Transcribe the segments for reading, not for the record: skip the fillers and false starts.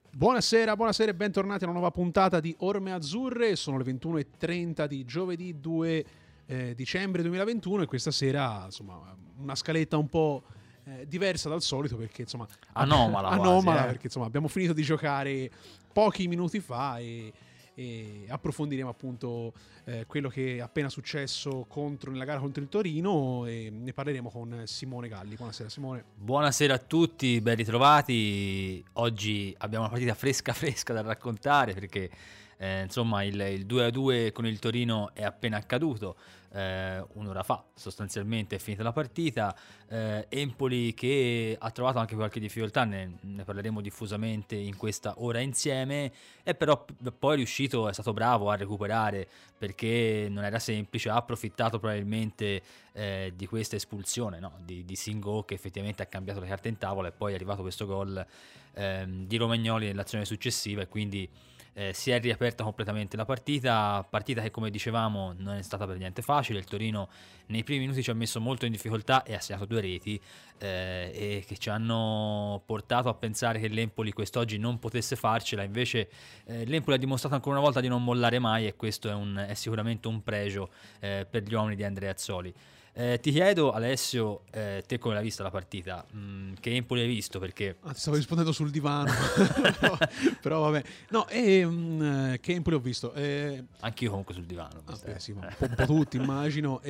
Buonasera, buonasera e bentornati a una nuova puntata di Orme Azzurre. Sono le 21:30 di giovedì 2 dicembre 2021 e questa sera, insomma, una scaletta un po' diversa dal solito perché, insomma, anomala quasi, perché, insomma, abbiamo finito di giocare pochi minuti fa e approfondiremo appunto quello che è appena successo nella gara contro il Torino e ne parleremo con Simone Galli. Buonasera Simone. Buonasera a tutti, ben ritrovati. Oggi abbiamo una partita fresca da raccontare perché insomma il 2-2 con il Torino è appena accaduto. Un'ora fa sostanzialmente è finita la partita. Empoli che ha trovato anche qualche difficoltà, ne parleremo diffusamente in questa ora insieme, e però poi è stato bravo a recuperare perché non era semplice, ha approfittato probabilmente di questa espulsione, no? di Singo, che effettivamente ha cambiato le carte in tavola, e poi è arrivato questo gol di Romagnoli nell'azione successiva, e quindi si è riaperta completamente la partita che, come dicevamo, non è stata per niente facile. Il Torino nei primi minuti ci ha messo molto in difficoltà e ha segnato 2 reti e che ci hanno portato a pensare che l'Empoli quest'oggi non potesse farcela. Invece l'Empoli ha dimostrato ancora una volta di non mollare mai, e questo è sicuramente un pregio per gli uomini di Andrea Azzoli. Ti chiedo, Alessio, te come l'hai vista la partita? Che Empoli hai visto? Perché ti stavo rispondendo sul divano però vabbè, no, che Empoli ho visto? Anch'io comunque sul divano. Sì, un po' tutti immagino.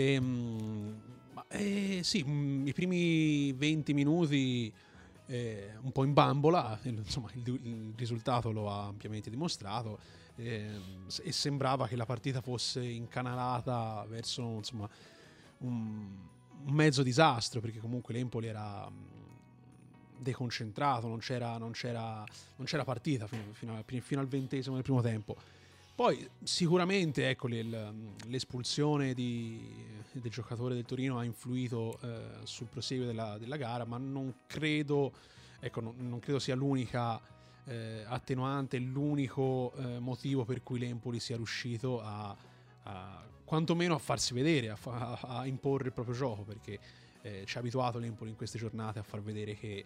Sì, i primi 20 minuti un po' in bambola, insomma il risultato lo ha ampiamente dimostrato, e sembrava che la partita fosse incanalata verso, insomma, un mezzo disastro, perché comunque l'Empoli era deconcentrato, non c'era partita fino al 20° del primo tempo. Poi sicuramente, ecco, l'espulsione del giocatore del Torino ha influito sul proseguo della gara, ma non credo sia l'unica attenuante, l'unico motivo per cui l'Empoli sia riuscito a quantomeno a farsi vedere, a imporre il proprio gioco, perché ci ha abituato l'Empoli in queste giornate a far vedere che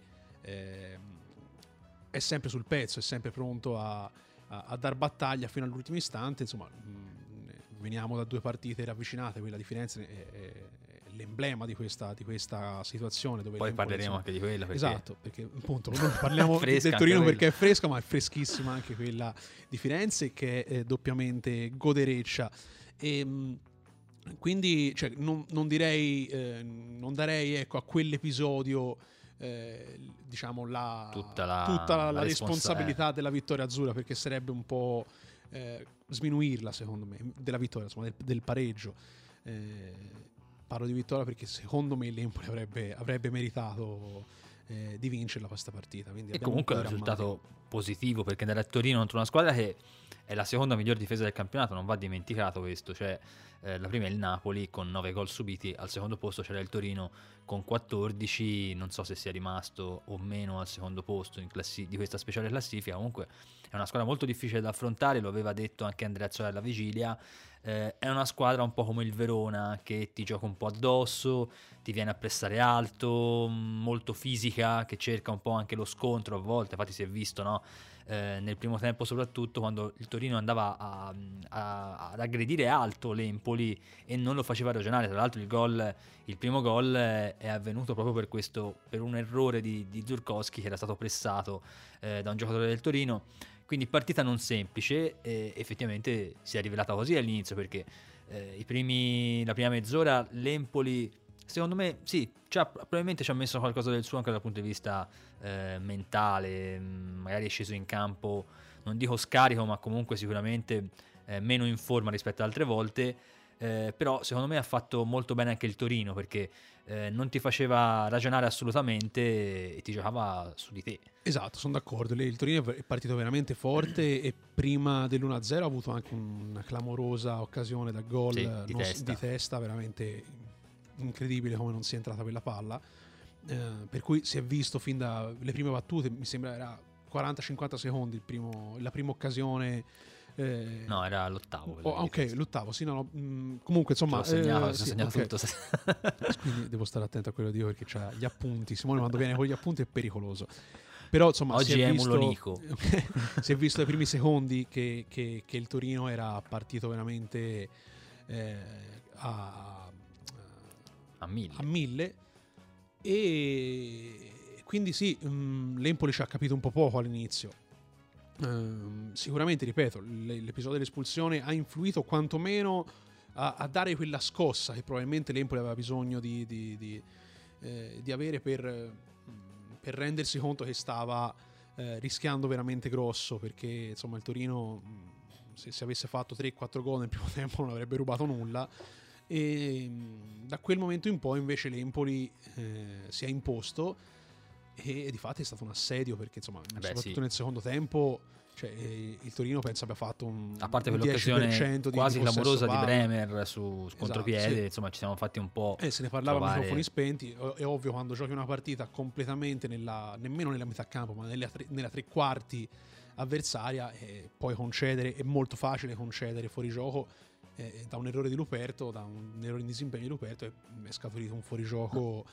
è sempre sul pezzo, è sempre pronto a dar battaglia fino all'ultimo istante. Insomma, veniamo da 2 partite ravvicinate, quella di Firenze è l'emblema di questa situazione, dove poi parleremo anche di quella, perché esatto, perché appunto parliamo del Torino perché è fresca, ma è freschissima anche quella di Firenze, che è doppiamente godereccia. E quindi, cioè, non darei, ecco, a quell'episodio diciamo tutta la responsabilità della vittoria azzurra, perché sarebbe un po' sminuirla, secondo me, della vittoria, insomma, del pareggio. Parlo di vittoria perché secondo me l'Empoli avrebbe meritato di vincerla questa partita, quindi e comunque è un risultato positivo, perché andare a Torino contro una squadra che è la seconda miglior difesa del campionato non va dimenticato questo, cioè la prima è il Napoli con 9 gol subiti, al secondo posto c'era il Torino con 14, non so se sia rimasto o meno al secondo posto di questa speciale classifica. Comunque è una squadra molto difficile da affrontare, lo aveva detto anche Andrea Azzoli alla vigilia. È una squadra un po' come il Verona, che ti gioca un po' addosso, ti viene a pressare alto, molto fisica, che cerca un po' anche lo scontro a volte. Infatti si è visto, no? Nel primo tempo, soprattutto quando il Torino andava ad aggredire alto l'Empoli e non lo faceva ragionare. Tra l'altro il primo gol è avvenuto proprio per un errore di Zurkowski, che era stato pressato da un giocatore del Torino. Quindi partita non semplice, effettivamente si è rivelata così all'inizio, perché la prima mezz'ora l'Empoli, secondo me, sì, probabilmente ci ha messo qualcosa del suo anche dal punto di vista mentale. Magari è sceso in campo, non dico scarico, ma comunque sicuramente meno in forma rispetto ad altre volte. Però secondo me ha fatto molto bene anche il Torino, perché non ti faceva ragionare assolutamente e ti giocava su di te. Esatto, sono d'accordo. Il Torino è partito veramente forte e prima dell'1-0 ha avuto anche una clamorosa occasione da gol, sì, di testa, veramente incredibile come non sia entrata quella palla, per cui si è visto fin dalle prime battute, mi sembra era 40-50 secondi la prima occasione. No, era l'ottavo. Ok, l'ottavo, sì, no, comunque insomma segnato okay. tutto. Quindi devo stare attento a quello che dico, perché c'ha gli appunti. Simone quando viene con gli appunti è pericoloso. Però insomma oggi emulo Nico. si è visto ai primi secondi che il Torino era partito veramente a 1000 e quindi sì, l'Empoli ci ha capito un po' poco all'inizio. Sicuramente, ripeto, l'episodio dell'espulsione ha influito quantomeno a dare quella scossa che probabilmente l'Empoli aveva bisogno di avere per rendersi conto che stava rischiando veramente grosso, perché insomma il Torino se avesse fatto 3-4 gol nel primo tempo non avrebbe rubato nulla, e da quel momento in poi invece l'Empoli si è imposto e di fatto è stato un assedio, perché insomma soprattutto nel secondo tempo, cioè, il Torino penso abbia fatto a parte quell'occasione quasi clamorosa di Bremer su contropiede, sì. Insomma ci siamo fatti un po' se ne parlava a microfoni spenti. È ovvio, quando giochi una partita completamente nemmeno nella metà campo ma nella tre quarti avversaria, poi concedere è molto facile, concedere fuorigioco da un errore di Luperto, da un errore in disimpegno di Luperto, è scaturito un fuorigioco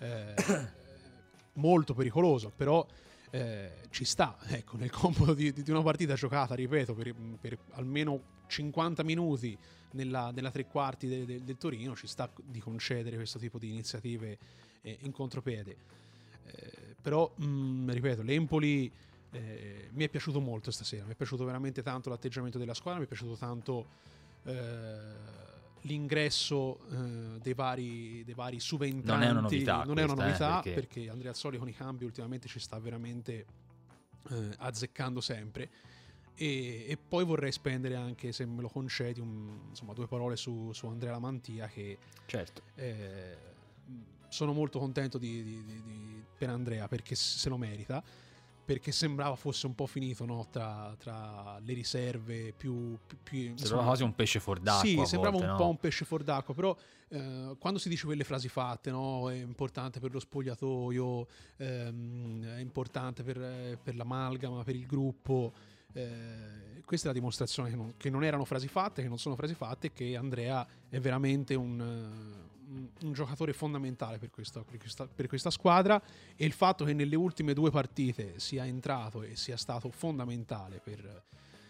molto pericoloso, però ci sta, ecco, nel computo di una partita giocata, ripeto, per almeno 50 minuti nella tre quarti del Torino, ci sta di concedere questo tipo di iniziative in contropiede. Però ripeto, l'Empoli mi è piaciuto molto stasera, mi è piaciuto veramente tanto l'atteggiamento della squadra, mi è piaciuto tanto l'ingresso dei vari subentranti. Non è una novità, non è una novità, perché Andrea Azzoli con i cambi ultimamente ci sta veramente azzeccando sempre. E poi vorrei spendere anche, se me lo concedi, due parole su Andrea Lamantia, che certo sono molto contento per Andrea, perché se lo merita, perché sembrava fosse un po' finito, no? tra le riserve più sembrava quasi un pesce fuor d'acqua. Sì, sembrava volte, un po' un pesce fuor d'acqua, però quando si dice quelle frasi fatte, no? È importante per lo spogliatoio, è importante per l'amalgama, per il gruppo, questa è la dimostrazione che non erano frasi fatte, che non sono frasi fatte, che Andrea è veramente un giocatore fondamentale per questa squadra, e il fatto che nelle ultime 2 partite sia entrato e sia stato fondamentale per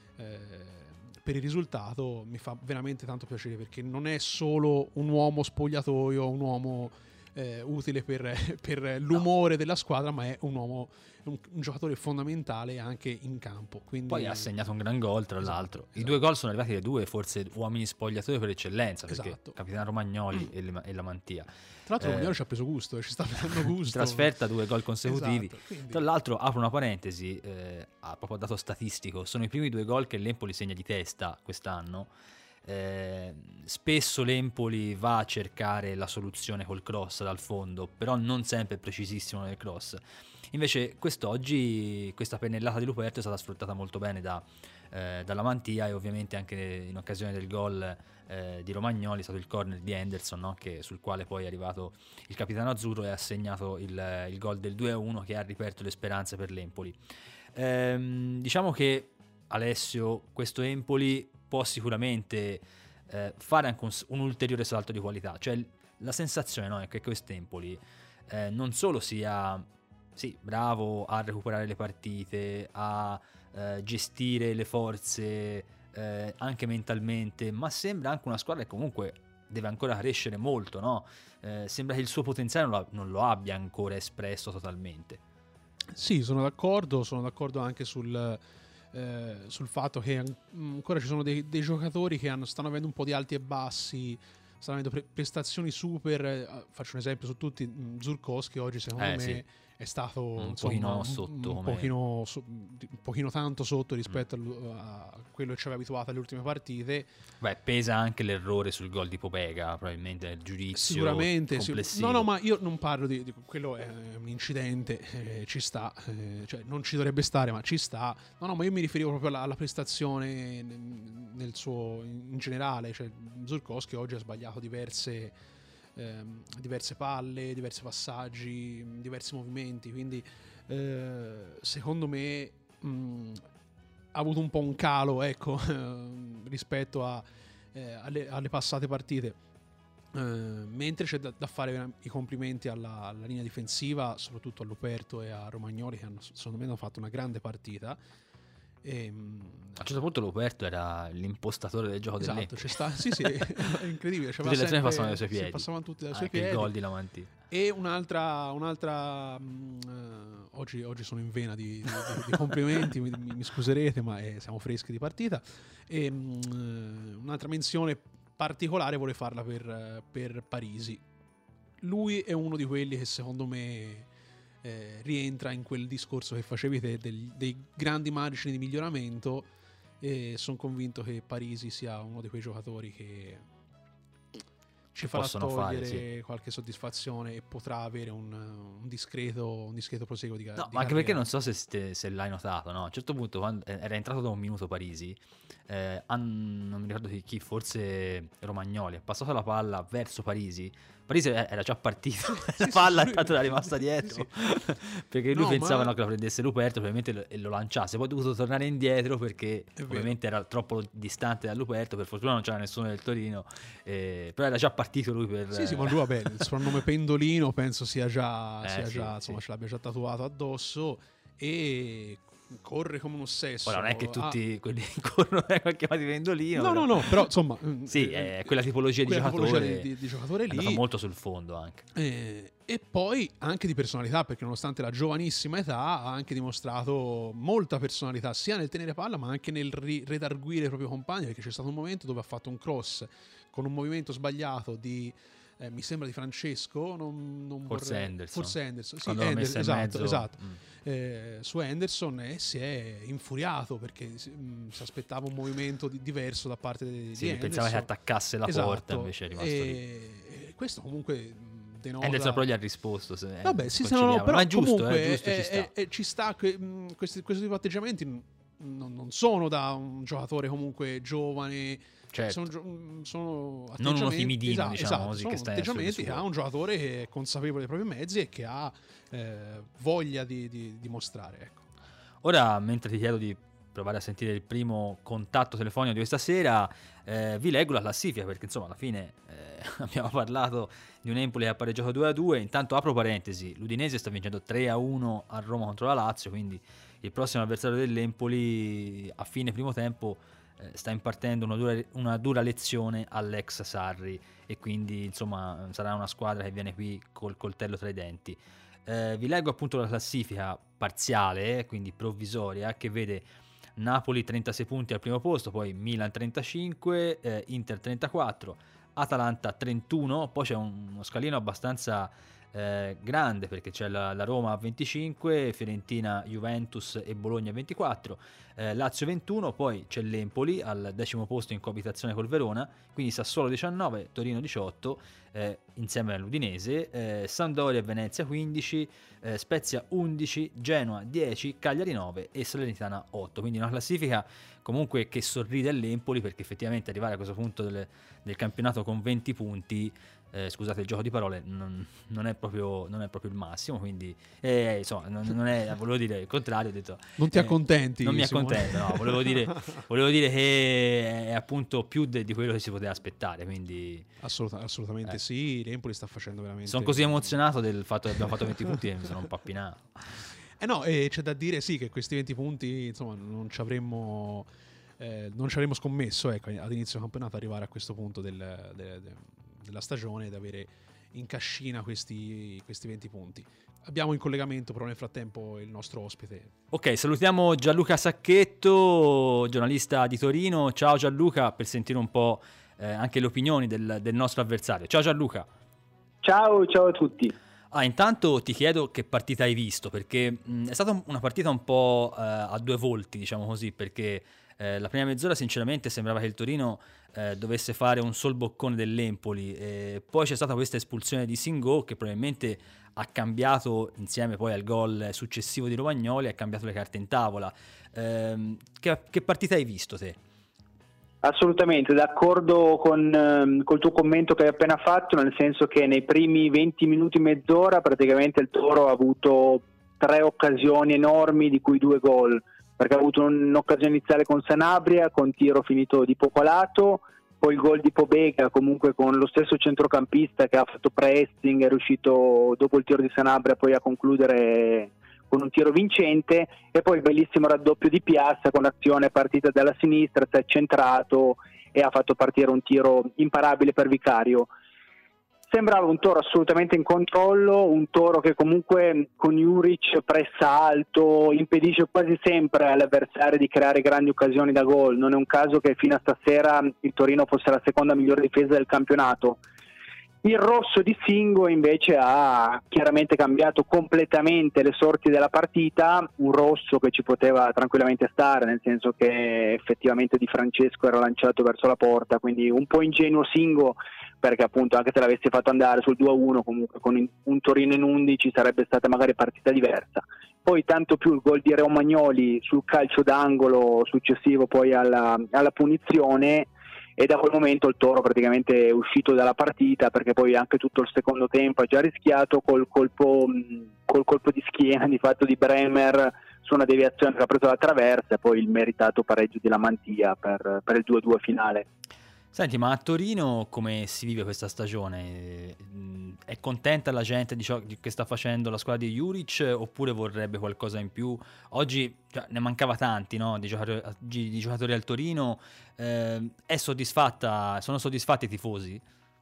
il risultato mi fa veramente tanto piacere, perché non è solo un uomo spogliatoio, un uomo utile per l'umore della squadra, ma è un uomo, un giocatore fondamentale anche in campo. Quindi poi ha segnato un gran gol, tra l'altro. I 2 gol sono arrivati dai 2 forse uomini spogliatori per eccellenza, perché capitano Romagnoli e Lamantia. Tra l'altro Romagnoli ci ha preso gusto, ci sta prendendo gusto. In trasferta 2 gol consecutivi. Quindi... Tra l'altro, apro una parentesi, a proprio dato statistico, sono i primi 2 gol che l'Empoli segna di testa quest'anno. Spesso l'Empoli va a cercare la soluzione col cross dal fondo, però non sempre è precisissimo nel cross. Invece quest'oggi questa pennellata di Luperto è stata sfruttata molto bene dalla Mantia, e ovviamente anche in occasione del gol di Romagnoli è stato il corner di Henderson, no? Sul quale poi è arrivato il capitano azzurro e ha segnato il gol del 2-1 che ha riaperto le speranze per l'Empoli. Diciamo che, Alessio, questo Empoli può sicuramente fare anche un ulteriore salto di qualità, cioè la sensazione, no, è che questo Empoli non solo sia bravo a recuperare le partite, a gestire le forze anche mentalmente, ma sembra anche una squadra che comunque deve ancora crescere molto, no? Sembra che il suo potenziale non lo abbia ancora espresso totalmente. Sì, sono d'accordo anche sul fatto che ancora ci sono dei giocatori che stanno avendo un po' di alti e bassi, stanno avendo prestazioni super. Faccio un esempio su tutti: Żurkowski oggi secondo me è stato un pochino tanto sotto rispetto a quello che ci aveva abituato alle ultime partite. Beh, pesa anche l'errore sul gol di Popega, probabilmente nel giudizio sicuramente complessivo. No, ma io non parlo di quello, è un incidente, ci sta, cioè non ci dovrebbe stare, ma ci sta. No, ma io mi riferivo proprio alla prestazione nel suo in generale. Cioè Żurkowski oggi ha sbagliato diverse palle, diversi passaggi, diversi movimenti, quindi secondo me ha avuto un po' un calo, ecco, rispetto alle passate partite. Mentre c'è da fare i complimenti alla linea difensiva, soprattutto a Luperto e a Romagnoli, che secondo me hanno fatto una grande partita. A un certo punto Luperto era l'impostatore del gioco esatto, c'è sta, sì, è incredibile. Tutte le azioni passavano dai suoi piedi. Passavano tutte dai suoi piedi. piedi. Il gol di Lamantia. E un'altra oggi sono in vena di complimenti, mi scuserete, ma siamo freschi di partita. E un'altra menzione particolare vuole farla per Parisi. Lui è uno di quelli che secondo me rientra in quel discorso che facevi te dei grandi margini di miglioramento, e sono convinto che Parisi sia uno di quei giocatori che ci farà togliere qualche soddisfazione e potrà avere un discreto proseguo di carriera. No, ma anche perché non so se l'hai notato, no? A un certo punto, quando era entrato da un minuto Parisi, non mi ricordo chi, forse Romagnoli, ha passato la palla verso Parisi era già partito, la palla era rimasta dietro, perché lui pensava che la prendesse Luperto, probabilmente lo lanciasse, poi è dovuto tornare indietro perché ovviamente era troppo distante da Luperto, per fortuna non c'era nessuno del Torino, però era già partito lui per... Sì, ma lui vabbè, il soprannome Pendolino penso sia già insomma, ce l'abbia già tatuato addosso e corre come un ossesso. Ora non è che tutti quelli corrono chiamati Pendolino. No, però insomma sì, è quella tipologia di giocatore di giocatore lì, fa molto sul fondo anche. E poi anche di personalità, perché nonostante la giovanissima età ha anche dimostrato molta personalità sia nel tenere palla ma anche nel redarguire i propri compagni, perché c'è stato un momento dove ha fatto un cross con un movimento sbagliato di mi sembra di Francesco, forse Henderson. Sì, esatto. Su Henderson si è infuriato perché si aspettava un movimento diverso da parte di Henderson. Pensava che attaccasse la porta, invece è rimasto lì. Questo comunque denota... Henderson però gli ha risposto. Vabbè, però ma è giusto, comunque ci sta. Questi tipi di atteggiamenti non sono da un giocatore comunque giovane. Certo. Sono non uno timidino, diciamo così, sono che sta atteggiamenti che ha un giocatore che è consapevole dei propri mezzi e che ha voglia di dimostrare, ecco. Ora, mentre ti chiedo di provare a sentire il primo contatto telefonico di questa sera, vi leggo la classifica, perché insomma alla fine abbiamo parlato di un Empoli che ha pareggiato 2-2. Intanto apro parentesi, l'Udinese sta vincendo 3-1 a Roma contro la Lazio, quindi il prossimo avversario dell'Empoli a fine primo tempo sta impartendo una dura lezione all'ex Sarri, e quindi insomma sarà una squadra che viene qui col coltello tra i denti. Vi leggo appunto la classifica parziale, quindi provvisoria, che vede Napoli 36 punti al primo posto, poi Milan 35, Inter 34, Atalanta 31, poi c'è uno scalino abbastanza grande, perché c'è la Roma a 25, Fiorentina, Juventus e Bologna a 24, Lazio 21, poi c'è l'Empoli al 10° posto in coabitazione col Verona, quindi Sassuolo 19, Torino 18 insieme all'Udinese, Sampdoria e Venezia 15, Spezia 11, Genoa 10, Cagliari 9 e Salernitana 8, quindi una classifica comunque che sorride all'Empoli, perché effettivamente arrivare a questo punto del campionato con 20 punti, scusate il gioco di parole, non è proprio il massimo, quindi insomma non è, volevo dire il contrario, ho detto non ti accontenti. Non mi accontento, no, volevo dire che è appunto più di quello che si poteva aspettare, quindi assolutamente sì, l'Empoli sta facendo veramente... Sono così emozionato del fatto che abbiamo fatto 20 punti e mi sono un po' appinato. No, c'è da dire sì che questi 20 punti insomma non ci avremmo scommesso, ecco, ad inizio campionato arrivare a questo punto della stagione ed avere in cascina questi 20 punti. Abbiamo in collegamento però nel frattempo il nostro ospite. Ok, salutiamo Gianluca Sacchetto, giornalista di Torino. Ciao Gianluca, per sentire un po' anche le opinioni del nostro avversario. Ciao Gianluca. Ciao a tutti. Intanto ti chiedo che partita hai visto, perché è stata una partita un po' a due volti, diciamo così, perché la prima mezz'ora sinceramente sembrava che il Torino dovesse fare un sol boccone dell'Empoli, poi c'è stata questa espulsione di Singo che probabilmente ha cambiato, insieme poi al gol successivo di Romagnoli, ha cambiato le carte in tavola. Che partita hai visto te? Assolutamente, d'accordo col tuo commento che hai appena fatto, nel senso che nei primi 20 minuti, mezz'ora, praticamente il Toro ha avuto 3 occasioni enormi, di cui 2 gol, perché ha avuto un'occasione iniziale con Sanabria, con tiro finito di poco a lato, poi il gol di Pobega comunque con lo stesso centrocampista che ha fatto pressing, è riuscito dopo il tiro di Sanabria poi a concludere con un tiro vincente, e poi il bellissimo raddoppio di Piazza con azione partita dalla sinistra, si è centrato e ha fatto partire un tiro imparabile per Vicario. Sembrava un Toro assolutamente in controllo, un Toro che comunque con Juric pressa alto, impedisce quasi sempre all'avversario di creare grandi occasioni da gol. Non è un caso che fino a stasera il Torino fosse la seconda migliore difesa del campionato. Il rosso di Singo invece ha chiaramente cambiato completamente le sorti della partita, un rosso che ci poteva tranquillamente stare, nel senso che effettivamente Di Francesco era lanciato verso la porta, quindi un po' ingenuo Singo, perché appunto anche se l'avessi fatto andare sul 2-1 comunque con un Torino in 11 sarebbe stata magari partita diversa. Poi tanto più il gol di Romagnoli sul calcio d'angolo successivo poi alla punizione, e da quel momento il Toro praticamente è uscito dalla partita, perché poi anche tutto il secondo tempo ha già rischiato col colpo di schiena di fatto di Bremer su una deviazione che ha preso la traversa, e poi il meritato pareggio di Lamantia per il 2-2 finale. Senti, ma a Torino come si vive questa stagione? È contenta la gente di ciò che sta facendo la squadra di Juric, oppure vorrebbe qualcosa in più? Oggi ne mancava tanti, no? di giocatori al Torino. Sono soddisfatti i tifosi?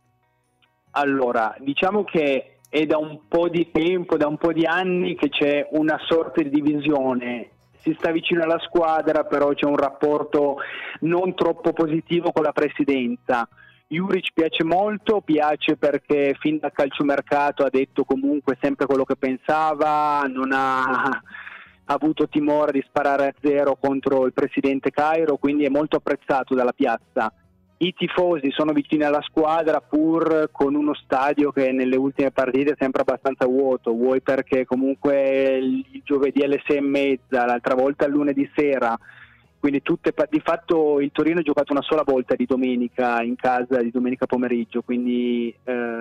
Allora, diciamo che è da un po' di tempo, da un po' di anni che c'è una sorta di divisione. Si sta vicino alla squadra, però c'è un rapporto non troppo positivo con la presidenza. Juric piace perché fin dal calciomercato ha detto comunque sempre quello che pensava, non ha avuto timore di sparare a zero contro il presidente Cairo, quindi è molto apprezzato dalla piazza. I tifosi sono vicini alla squadra pur con uno stadio che nelle ultime partite è sempre abbastanza vuoto, vuoi perché comunque il giovedì alle 6:30, l'altra volta il lunedì sera, quindi di fatto il Torino ha giocato una sola volta di domenica in casa, di domenica pomeriggio, quindi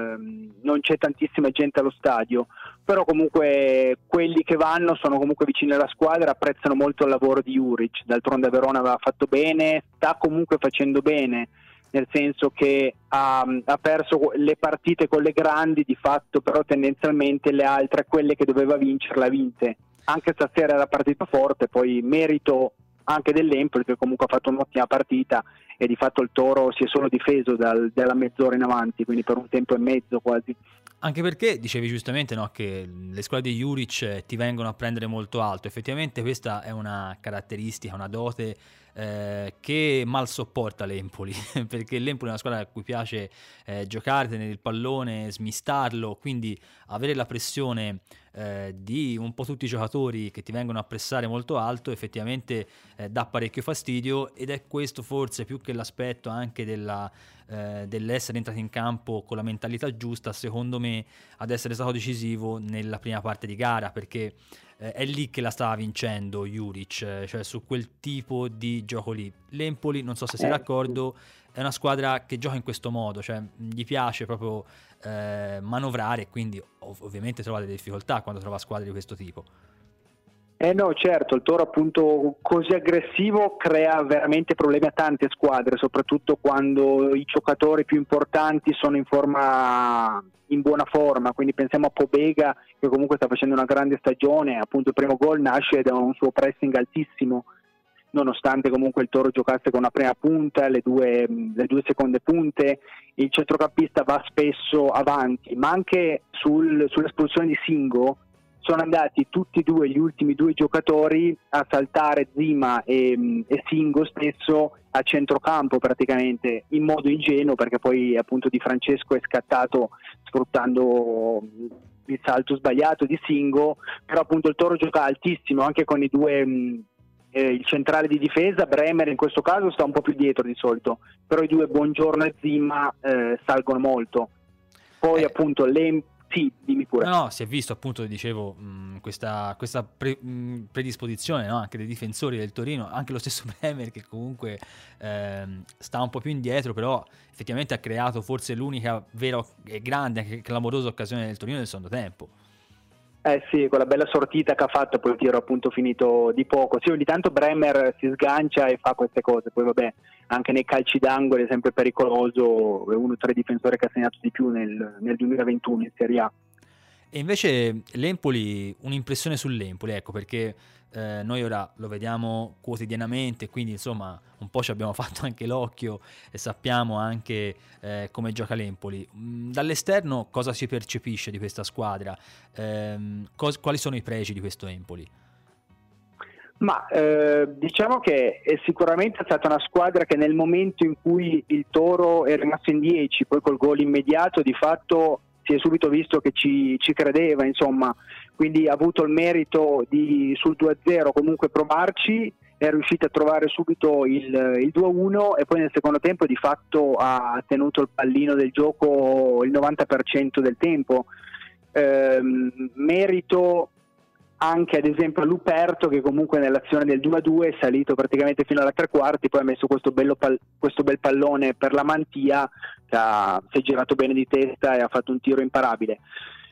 non c'è tantissima gente allo stadio, però comunque quelli che vanno sono comunque vicini alla squadra, apprezzano molto il lavoro di Juric. D'altronde Verona aveva fatto bene, sta comunque facendo bene, nel senso che ha perso le partite con le grandi di fatto, però tendenzialmente le altre, quelle che doveva vincere, le ha vinte. Anche stasera era partita forte, poi merito anche dell'Empoli che comunque ha fatto un'ottima partita, e di fatto il Toro si è solo difeso dalla mezz'ora in avanti, quindi per un tempo e mezzo quasi. Anche perché dicevi giustamente, no, che le squadre di Juric ti vengono a prendere molto alto. Effettivamente questa è una caratteristica, una dote che mal sopporta l'Empoli perché l'Empoli è una squadra a cui piace giocare, tenere il pallone, smistarlo, quindi avere la pressione di un po' tutti i giocatori che ti vengono a pressare molto alto effettivamente dà parecchio fastidio, ed è questo forse più che l'aspetto anche dell'essere entrati in campo con la mentalità giusta, secondo me, ad essere stato decisivo nella prima parte di gara, perché è lì che la stava vincendo Juric, cioè su quel tipo di gioco lì. L'Empoli, non so se sei d'accordo, è una squadra che gioca in questo modo, cioè gli piace proprio manovrare, e quindi ovviamente trova delle difficoltà quando trova squadre di questo tipo. No, certo, il Toro appunto così aggressivo crea veramente problemi a tante squadre, soprattutto quando i giocatori più importanti sono in buona forma, quindi pensiamo a Pobega che comunque sta facendo una grande stagione, appunto il primo gol nasce da un suo pressing altissimo, nonostante comunque il Toro giocasse con una prima punta, le due seconde punte, il centrocampista va spesso avanti, ma anche sull'espulsione di Singo sono andati tutti e due gli ultimi due giocatori a saltare Zima e Singo stesso a centrocampo praticamente, in modo ingenuo, perché poi appunto Di Francesco è scattato sfruttando il salto sbagliato di Singo, però appunto il Toro gioca altissimo anche con i due, il centrale di difesa Bremer in questo caso sta un po' più dietro di solito, però i due Buongiorno e Zima salgono molto. Poi appunto sì, dimmi pure. No, si è visto appunto, dicevo, questa predisposizione, no? Anche dei difensori del Torino, anche lo stesso Bremer che comunque sta un po' più indietro, però effettivamente ha creato forse l'unica vera e grande, anche clamorosa occasione del Torino nel secondo tempo. Sì, quella bella sortita che ha fatto, poi il tiro appunto finito di poco. Sì, ogni tanto Bremer si sgancia e fa queste cose, poi vabbè, anche nei calci d'angolo è sempre pericoloso, è uno tra i difensori che ha segnato di più nel 2021 in Serie A. E invece l'Empoli, un'impressione sull'Empoli, ecco, perché noi ora lo vediamo quotidianamente, quindi insomma un po' ci abbiamo fatto anche l'occhio e sappiamo anche come gioca l'Empoli. Dall'esterno cosa si percepisce di questa squadra? Quali sono i pregi di questo Empoli? Ma diciamo che è sicuramente stata una squadra che nel momento in cui il Toro è rimasto in 10, poi col gol immediato di fatto si è subito visto che ci credeva, insomma, quindi ha avuto il merito di sul 2-0 comunque provarci, è riuscito a trovare subito il 2-1 e poi nel secondo tempo di fatto ha tenuto il pallino del gioco il 90% del tempo. Merito anche ad esempio a Luperto, che comunque nell'azione del 2-2 è salito praticamente fino alla tre quarti, poi ha messo questo bel pallone per la Mantia, si è girato bene di testa e ha fatto un tiro imparabile.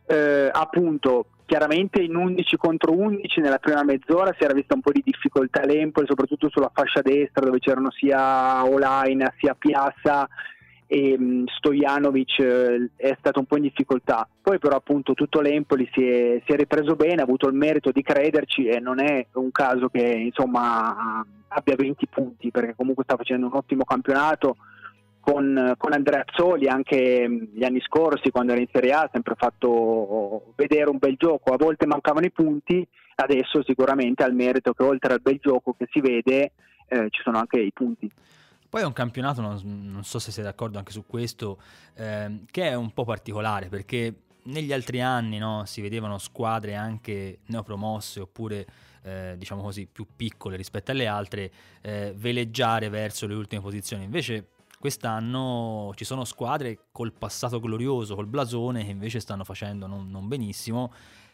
Appunto, chiaramente in 11 contro 11 nella prima mezz'ora si era vista un po' di difficoltà all'Empoli, soprattutto sulla fascia destra dove c'erano sia Olaina sia Piazza, e Stojanovic è stato un po' in difficoltà. Poi però appunto tutto l'Empoli si è ripreso bene, ha avuto il merito di crederci e non è un caso che insomma abbia 20 punti, perché comunque sta facendo un ottimo campionato con Andrea Azzoli. Anche gli anni scorsi quando era in Serie A ha sempre fatto vedere un bel gioco, a volte mancavano i punti, adesso sicuramente ha il merito che oltre al bel gioco che si vede ci sono anche i punti. Poi è un campionato, non so se sei d'accordo anche su questo, che è un po' particolare, perché negli altri anni, no, si vedevano squadre anche neopromosse oppure diciamo così più piccole rispetto alle altre veleggiare verso le ultime posizioni. Invece quest'anno ci sono squadre col passato glorioso, col blasone, che invece stanno facendo non benissimo,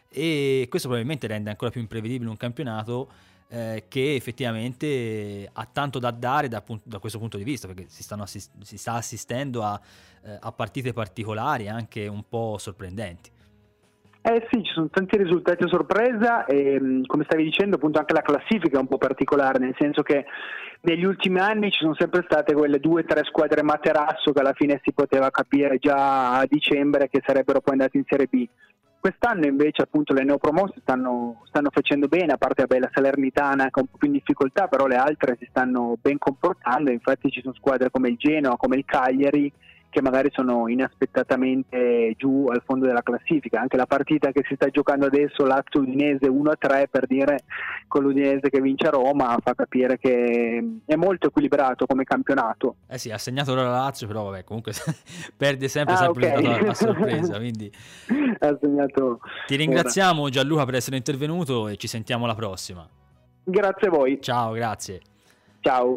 e questo probabilmente rende ancora più imprevedibile un campionato che effettivamente ha tanto da dare da questo punto di vista, perché si sta assistendo a partite particolari anche un po' sorprendenti. Sì, ci sono tanti risultati a sorpresa e come stavi dicendo appunto anche la classifica è un po' particolare, nel senso che negli ultimi anni ci sono sempre state quelle 2 o 3 squadre materasso che alla fine si poteva capire già a dicembre che sarebbero poi andate in Serie B. Quest'anno invece appunto le neopromosse stanno facendo bene, a parte la Salernitana che è un po' più in difficoltà, però le altre si stanno ben comportando, infatti ci sono squadre come il Genoa, come il Cagliari, che magari sono inaspettatamente giù al fondo della classifica. Anche la partita che si sta giocando adesso, Lazio-Udinese 1-3, per dire, con l'Udinese che vince a Roma, fa capire che è molto equilibrato come campionato. Sì, ha segnato ora la Lazio, però vabbè, comunque perde sempre okay. a sorpresa, quindi ha segnato. Ti ringraziamo Gianluca per essere intervenuto e ci sentiamo alla prossima. Grazie a voi. Ciao, grazie. Ciao.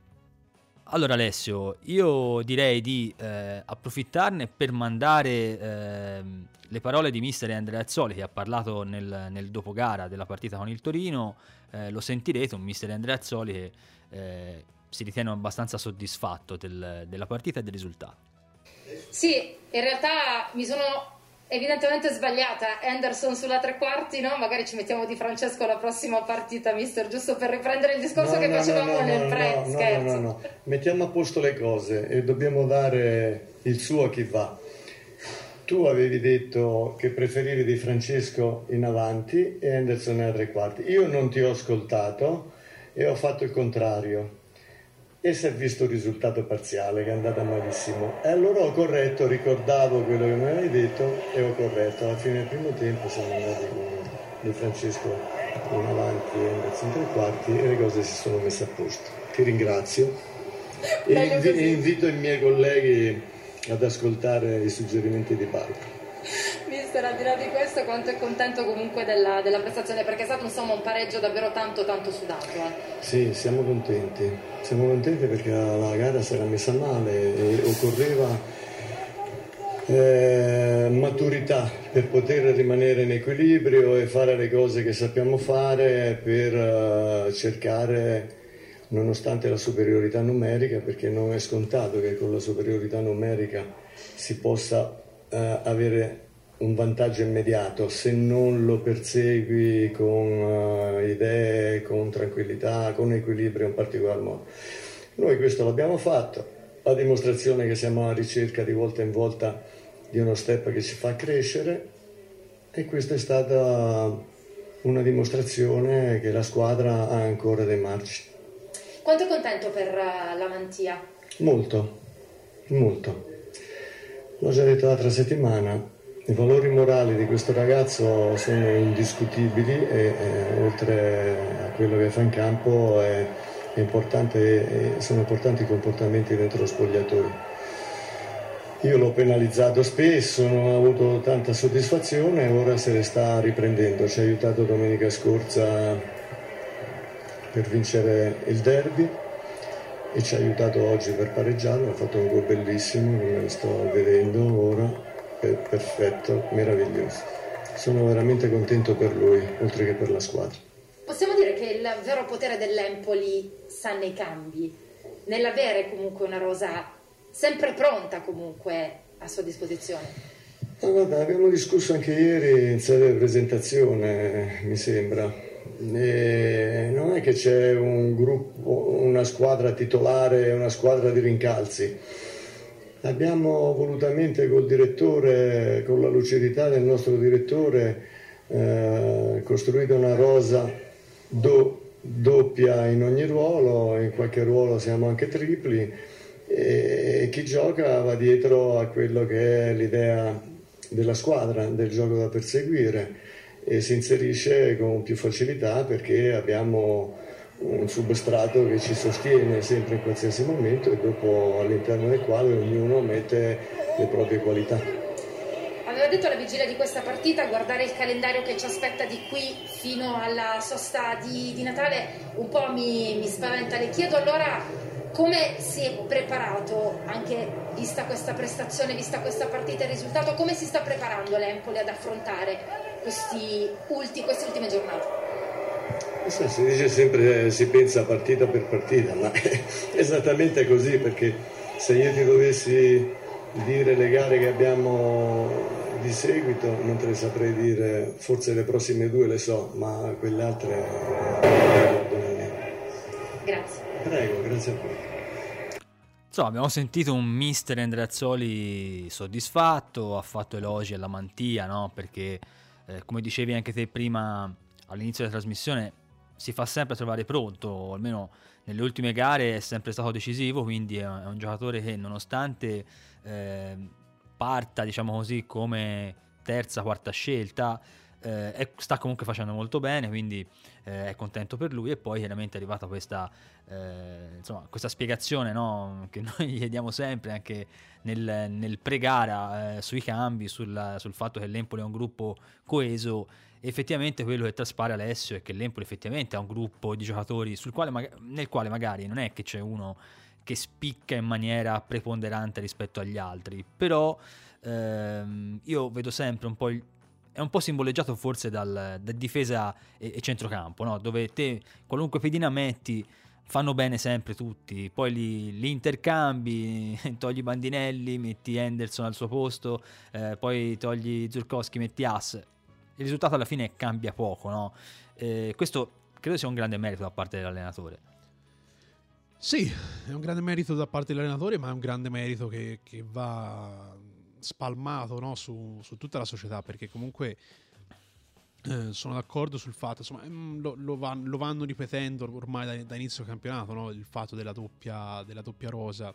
Allora Alessio, io direi di approfittarne per mandare le parole di mister Andrea Azzoli, che ha parlato nel dopogara della partita con il Torino. Lo sentirete, un mister Andrea Azzoli che si ritiene abbastanza soddisfatto della partita e del risultato. Sì, in realtà mi sono evidentemente sbagliata. Anderson sulla tre quarti, no? Magari ci mettiamo Di Francesco alla prossima partita, mister, giusto per riprendere il discorso che facevamo nel pre. Scherzo. No, mettiamo a posto le cose e dobbiamo dare il suo a chi va. Tu avevi detto che preferivi Di Francesco in avanti e Anderson nella tre quarti. Io non ti ho ascoltato e ho fatto il contrario. E si è visto il risultato parziale che è andata malissimo, e allora ho corretto, ricordavo quello che mi avevi detto e ho corretto. Alla fine del primo tempo siamo andati con Di Francesco in avanti e Anderson in tre quarti e le cose si sono messe a posto. Ti ringrazio e invito i miei colleghi ad ascoltare i suggerimenti di Paolo. Mister, al di là di questo, quanto è contento comunque della prestazione, perché è stato insomma un pareggio davvero tanto sudato. Sì, siamo contenti perché la gara si era messa male e occorreva maturità per poter rimanere in equilibrio e fare le cose che sappiamo fare per cercare, nonostante la superiorità numerica, perché non è scontato che con la superiorità numerica si possa avere un vantaggio immediato se non lo persegui con idee, con tranquillità, con equilibrio in particolar modo. Noi questo l'abbiamo fatto, la dimostrazione che siamo alla ricerca di volta in volta di uno step che ci fa crescere, e questa è stata una dimostrazione che la squadra ha ancora dei margini. Quanto è contento per la Mantia? Molto, molto. L'ho già detto l'altra settimana. I valori morali di questo ragazzo sono indiscutibili e oltre a quello che fa in campo è importante, sono importanti i comportamenti dentro lo spogliatoio. Io l'ho penalizzato spesso, non ho avuto tanta soddisfazione, ora se ne sta riprendendo. Ci ha aiutato domenica scorsa per vincere il derby e ci ha aiutato oggi per pareggiare, ha fatto un gol bellissimo, come lo sto vedendo ora. Perfetto, meraviglioso. Sono veramente contento per lui, oltre che per la squadra. Possiamo dire che il vero potere dell'Empoli sta nei cambi, nell'avere comunque una rosa sempre pronta comunque a sua disposizione. Guarda, abbiamo discusso anche ieri in sede di presentazione, mi sembra. E non è che c'è un gruppo, una squadra titolare e una squadra di rincalzi. Abbiamo volutamente col direttore, con la lucidità del nostro direttore, costruito una rosa doppia in ogni ruolo, in qualche ruolo siamo anche tripli, e chi gioca va dietro a quello che è l'idea della squadra, del gioco da perseguire, e si inserisce con più facilità perché abbiamo un substrato che ci sostiene sempre in qualsiasi momento e dopo all'interno del quale ognuno mette le proprie qualità. Aveva detto alla vigilia di questa partita, guardare il calendario che ci aspetta di qui fino alla sosta di Natale un po' mi spaventa. Le chiedo allora come si è preparato, anche vista questa prestazione, vista questa partita e il risultato, come si sta preparando l'Empoli ad affrontare queste ultime giornate? Si dice sempre, si pensa partita per partita, ma è esattamente così, perché se io ti dovessi dire le gare che abbiamo di seguito non te le saprei dire, forse le prossime 2 le so, ma quelle altre non le. Grazie. Prego, grazie a voi. Insomma, abbiamo sentito un mister Andreazzoli soddisfatto, ha fatto elogi alla Mantia, no? Perché come dicevi anche te prima all'inizio della trasmissione, si fa sempre a trovare pronto, o almeno nelle ultime gare è sempre stato decisivo, quindi è un giocatore che nonostante parta, diciamo così, come terza, quarta scelta, sta comunque facendo molto bene, quindi è contento per lui. E poi chiaramente è arrivata questa spiegazione, no? Che noi gli diamo sempre anche nel pre-gara sui cambi, sul fatto che l'Empoli è un gruppo coeso. Effettivamente quello che traspare Alessio è che l'Empoli effettivamente ha un gruppo di giocatori nel quale magari non è che c'è uno che spicca in maniera preponderante rispetto agli altri, però io vedo sempre un po' è un po' simboleggiato forse da difesa e centrocampo, no? Dove te qualunque pedina metti fanno bene sempre tutti, poi li intercambi, togli Bandinelli, metti Henderson al suo posto, poi togli Zurkowski, metti As. Il risultato alla fine cambia poco, no? Questo credo sia un grande merito da parte dell'allenatore. Sì, è un grande merito da parte dell'allenatore, ma è un grande merito che va spalmato, no? su tutta la società, perché comunque sono d'accordo sul fatto, insomma, lo vanno ripetendo ormai da inizio campionato, no? Il fatto della doppia rosa.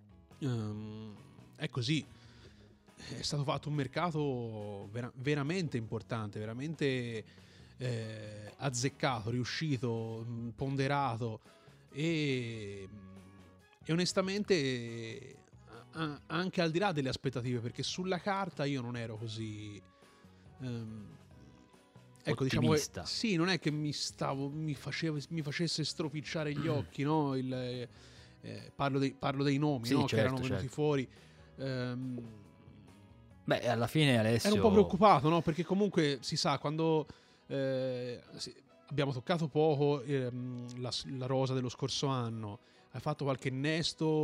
È così. È stato fatto un mercato veramente importante, veramente azzeccato, riuscito, ponderato e onestamente anche al di là delle aspettative, perché sulla carta io non ero così ecco, diciamo sì, non è che mi facesse stropicciare gli occhi, no? Parlo dei nomi, sì, no? Certo, che erano venuti fuori. Beh, alla fine Alessio ero un po' preoccupato, no? Perché comunque si sa, quando abbiamo toccato poco la rosa dello scorso anno, hai fatto qualche innesto,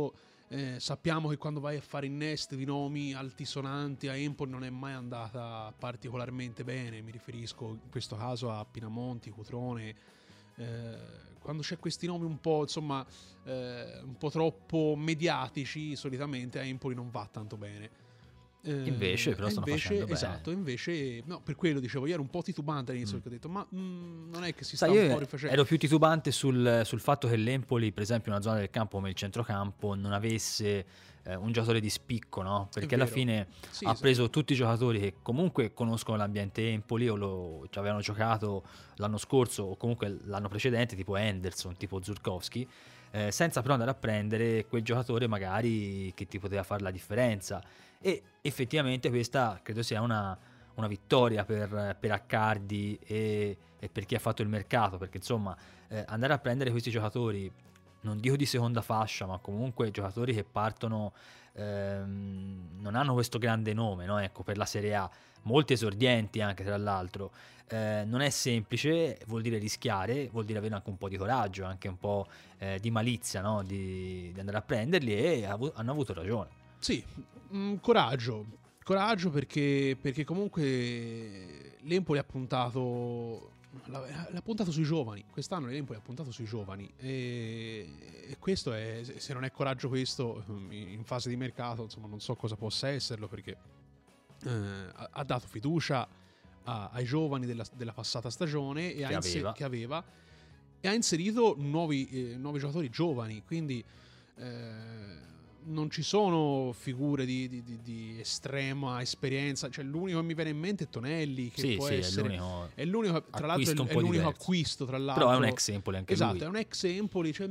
Sappiamo che quando vai a fare innesti di nomi altisonanti a Empoli non è mai andata particolarmente bene, mi riferisco in questo caso a Pinamonti, Cutrone. Quando c'è questi nomi un po', insomma, un po' troppo mediatici, solitamente a Empoli non va tanto bene. Invece però stanno facendo bene. Esatto, invece no, per quello dicevo, io ero un po' titubante all'inizio, perché ho detto ma non è che si sta un po' rifacendo. Ero più titubante sul fatto che l'Empoli, per esempio, in una zona del campo come il centrocampo, non avesse un giocatore di spicco, no? Perché alla fine ha preso tutti i giocatori che comunque conoscono l'ambiente Empoli o ci avevano giocato l'anno scorso o comunque l'anno precedente, tipo Henderson, tipo Zurkowski, senza però andare a prendere quel giocatore magari che ti poteva fare la differenza. E effettivamente questa credo sia una vittoria per Accardi e per chi ha fatto il mercato, perché insomma andare a prendere questi giocatori, non dico di seconda fascia, ma comunque giocatori che partono, non hanno questo grande nome, no? Ecco, per la Serie A, molti esordienti anche tra l'altro, non è semplice, vuol dire rischiare, vuol dire avere anche un po' di coraggio, anche un po' di malizia, no? di andare a prenderli, e hanno avuto ragione. Sì, coraggio perché comunque l'Empoli l'ha puntato sui giovani. Quest'anno l'Empoli ha puntato sui giovani e questo è, se non è coraggio questo in fase di mercato, insomma non so cosa possa esserlo, perché ha dato fiducia ai giovani della passata stagione e che aveva e ha inserito nuovi giocatori giovani, quindi non ci sono figure di estrema esperienza, cioè l'unico che mi viene in mente è Tonelli, che può essere è l'unico tra l'altro è l'unico acquisto, tra l'altro, però è un ex Empoli anche lui. Esatto, è un ex Empoli, cioè,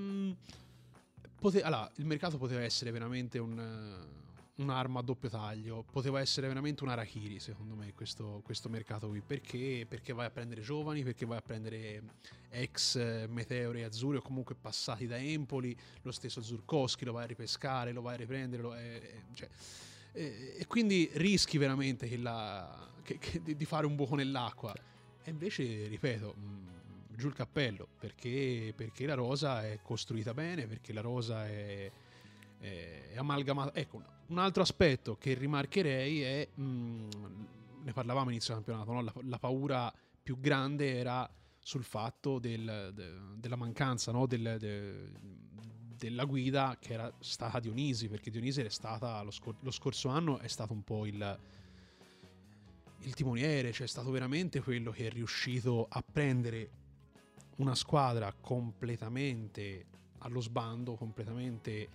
allora, il mercato poteva essere veramente un'arma a doppio taglio, poteva essere veramente un Arachiri, secondo me, questo mercato qui, perché vai a prendere giovani, perché vai a prendere ex Meteore e Azzurri o comunque passati da Empoli, lo stesso Zurkowski lo vai a ripescare, lo vai a riprendere, e quindi rischi veramente di fare un buco nell'acqua, e invece, ripeto, giù il cappello, perché la rosa è costruita bene, perché la rosa è amalgamata. Ecco, un altro aspetto che rimarcherei è, ne parlavamo all'inizio del campionato, no? La paura più grande era sul fatto della mancanza, no? Della guida che era stata Dionisi, perché Dionisi era stata lo scorso anno è stato un po' il timoniere, cioè è stato veramente quello che è riuscito a prendere una squadra completamente allo sbando, completamente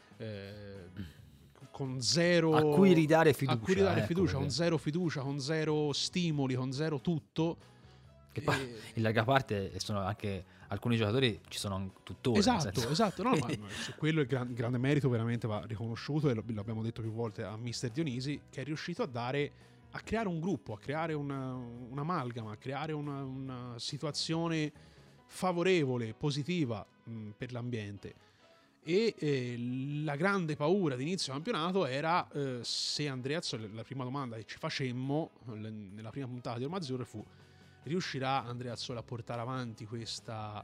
con zero, a cui ridare fiducia, con zero fiducia, con zero stimoli, con zero tutto. Che poi in larga parte sono anche alcuni giocatori ci sono tuttora. Esatto, no, ma su quello il grande merito veramente va riconosciuto, e l'abbiamo detto più volte a Mister Dionisi, che è riuscito a creare un gruppo, a creare un'amalgama, a creare una situazione favorevole, positiva per l'ambiente. E la grande paura di inizio campionato era se Andreazzoli, la prima domanda che ci facemmo nella prima puntata di Roma Azzurra fu: riuscirà Andreazzoli a portare avanti questa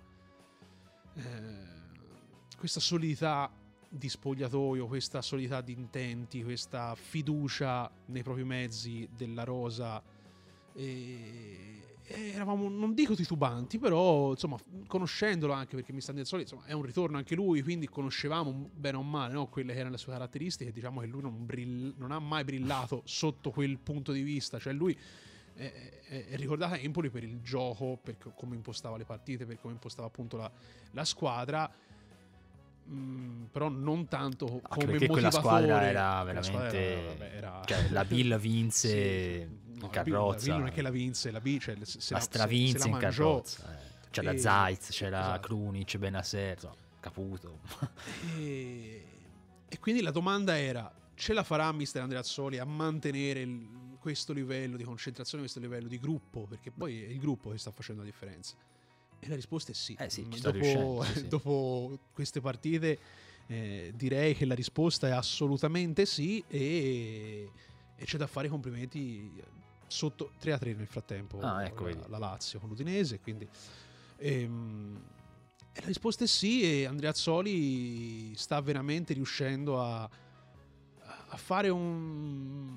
solidità di spogliatoio, questa solidità di intenti, questa fiducia nei propri mezzi della rosa? E eravamo, non dico titubanti, però insomma, conoscendolo, anche perché Mister Andreazzoli, insomma, è un ritorno anche lui, quindi conoscevamo bene o male, no, quelle che erano le sue caratteristiche. Diciamo che lui non ha mai brillato sotto quel punto di vista, cioè lui è ricordato a Empoli per il gioco, per come impostava le partite, per come impostava appunto la squadra, però non tanto come perché motivatore. Quella squadra era veramente cioè, la B la vinse in carrozza, la B non è che la vinse, la B, cioè, la stravinse in carrozza, c'era Zayt, c'era esatto. Krunic, Benacer, Caputo, e quindi la domanda era: ce la farà Mister Andreazzoli a mantenere questo livello di concentrazione, questo livello di gruppo? Perché poi è il gruppo che sta facendo la differenza. E la risposta è sì. Dopo queste partite direi che la risposta è assolutamente sì, e c'è da fare i complimenti. Sotto 3-3 nel frattempo ecco, la Lazio con l'Udinese, quindi La risposta è sì, e Andreazzoli sta veramente riuscendo a fare un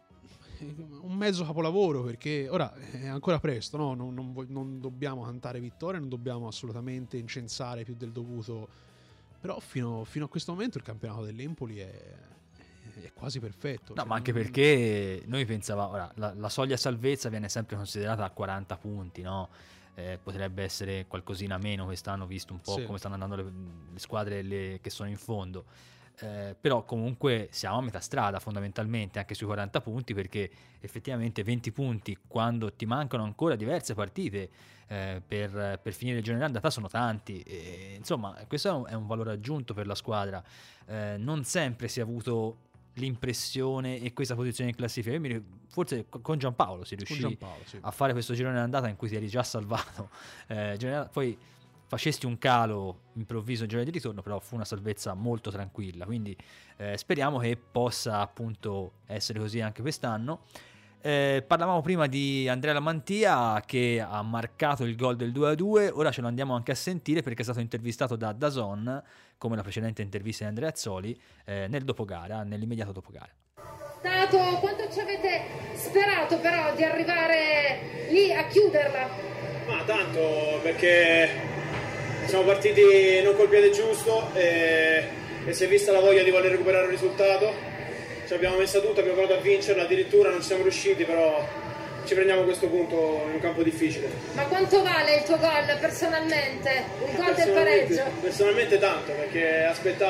mezzo capolavoro, perché ora è ancora presto, no? Non dobbiamo cantare vittoria, non dobbiamo assolutamente incensare più del dovuto, però fino a questo momento il campionato dell'Empoli è quasi perfetto. No, ma anche perché noi pensavamo, ora, la soglia salvezza viene sempre considerata a 40 punti, no? Potrebbe essere qualcosina meno quest'anno, visto un po' Sì. come stanno andando le squadre che sono in fondo. Però comunque siamo a metà strada fondamentalmente anche sui 40 punti, perché effettivamente 20 punti quando ti mancano ancora diverse partite per finire il girone d'andata sono tanti, e, insomma, questo è un valore aggiunto per la squadra. Non sempre si è avuto l'impressione e questa posizione in classifica. Forse con Giampaolo si riuscì sì, a fare questo girone d'andata in cui ti eri già salvato, poi facesti un calo improvviso in girone di ritorno, però fu una salvezza molto tranquilla, quindi speriamo che possa appunto essere così anche quest'anno. Parlavamo prima di Andrea Lamantia che ha marcato il gol del 2-2, ora ce lo andiamo anche a sentire perché è stato intervistato da DAZN, come la precedente intervista di Andrea Azzoli, nel dopogara, nell'immediato dopogara. Dato quanto ci avete sperato però di arrivare lì a chiuderla? Ma tanto, perché siamo partiti non col piede giusto e si è vista la voglia di voler recuperare un risultato. Ci abbiamo messa tutta, abbiamo provato a vincerla, addirittura non ci siamo riusciti, però ci prendiamo questo punto in un campo difficile. Ma quanto vale il tuo gol personalmente? Il gol del pareggio? Personalmente tanto, perché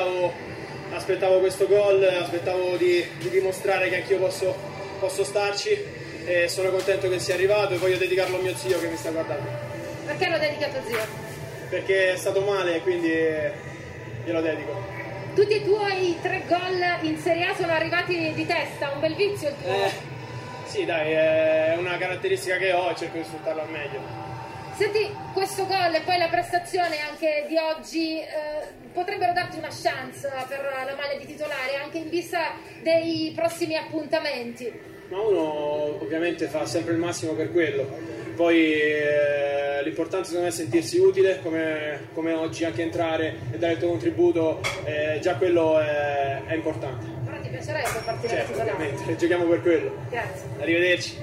aspettavo questo gol, aspettavo di dimostrare che anch'io posso starci, e sono contento che sia arrivato e voglio dedicarlo a mio zio che mi sta guardando. Perché l'ho dedicato a zio? Perché è stato male e quindi glielo dedico. Tutti i tuoi 3 gol in Serie A sono arrivati di testa, un bel vizio il tuo. Sì, dai, è una caratteristica che ho e cerco di sfruttarla al meglio. Senti, questo gol e poi la prestazione anche di oggi potrebbero darti una chance per la maglia di titolare anche in vista dei prossimi appuntamenti. Ma uno ovviamente fa sempre il massimo per quello. Poi l'importante secondo me è sentirsi utile, come oggi anche entrare e dare il tuo contributo, già quello è importante. Però ti piacerebbe partire da Certo, titolare? ovviamente, giochiamo per quello. Grazie. Arrivederci.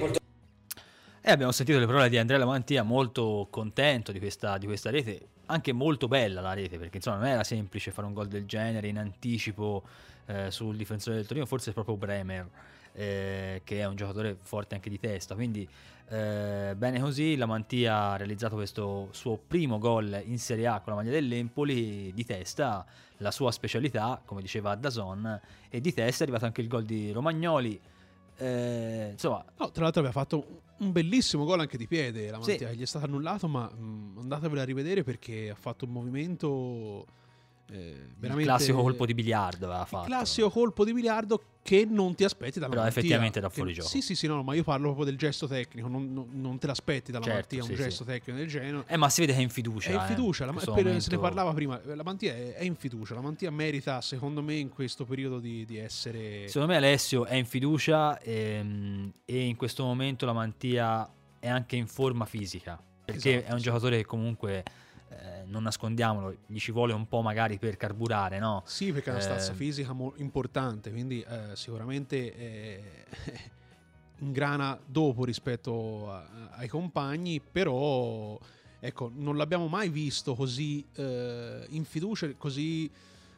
E abbiamo sentito le parole di Andrea Lamantia, molto contento di questa rete, anche molto bella la rete, perché insomma non era semplice fare un gol del genere in anticipo sul difensore del Torino, forse è proprio Bremer, che è un giocatore forte anche di testa, quindi bene così. Lamantia ha realizzato questo suo primo gol in Serie A con la maglia dell'Empoli di testa, la sua specialità, come diceva DAZN, e di testa è arrivato anche il gol di Romagnoli. Insomma, no, tra l'altro aveva fatto un bellissimo gol anche di piede la Mantia, sì. Gli è stato annullato, ma andatevelo a rivedere perché ha fatto un movimento veramente, il classico colpo di biliardo aveva fatto. Il classico colpo di biliardo che non ti aspetti dalla Però Mantia, effettivamente da fuori gioco. Sì, no, ma io parlo proprio del gesto tecnico, non te l'aspetti dalla Certo, Mantia un sì, gesto tecnico del genere. Ma si vede che è in fiducia. È in fiducia, in se ne parlava prima, la Mantia è in fiducia, la Mantia merita secondo me in questo periodo di essere... Secondo me Alessio è in fiducia e in questo momento la Mantia è anche in forma fisica, perché Esatto, è un giocatore che comunque, non nascondiamolo, gli ci vuole un po' magari per carburare, no? Sì, perché è una stazza fisica importante, quindi sicuramente ingrana dopo rispetto ai compagni, però ecco, non l'abbiamo mai visto così in fiducia, così...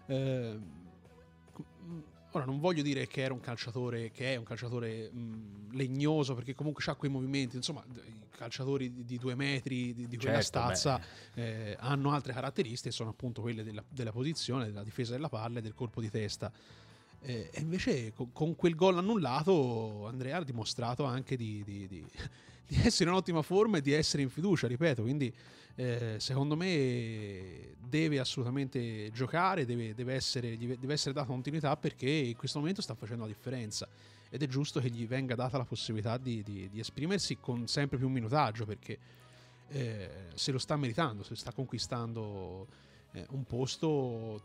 ora non voglio dire che è un calciatore legnoso, perché comunque ha quei movimenti, insomma i calciatori di 2 metri di quella stazza hanno altre caratteristiche, sono appunto quelle della posizione, della difesa della palla e del colpo di testa, e invece con quel gol annullato Andrea ha dimostrato anche di essere in ottima forma e di essere in fiducia, ripeto, quindi secondo me deve assolutamente giocare, deve essere data continuità, perché in questo momento sta facendo la differenza ed è giusto che gli venga data la possibilità di esprimersi con sempre più minutaggio, perché se lo sta meritando, se sta conquistando un posto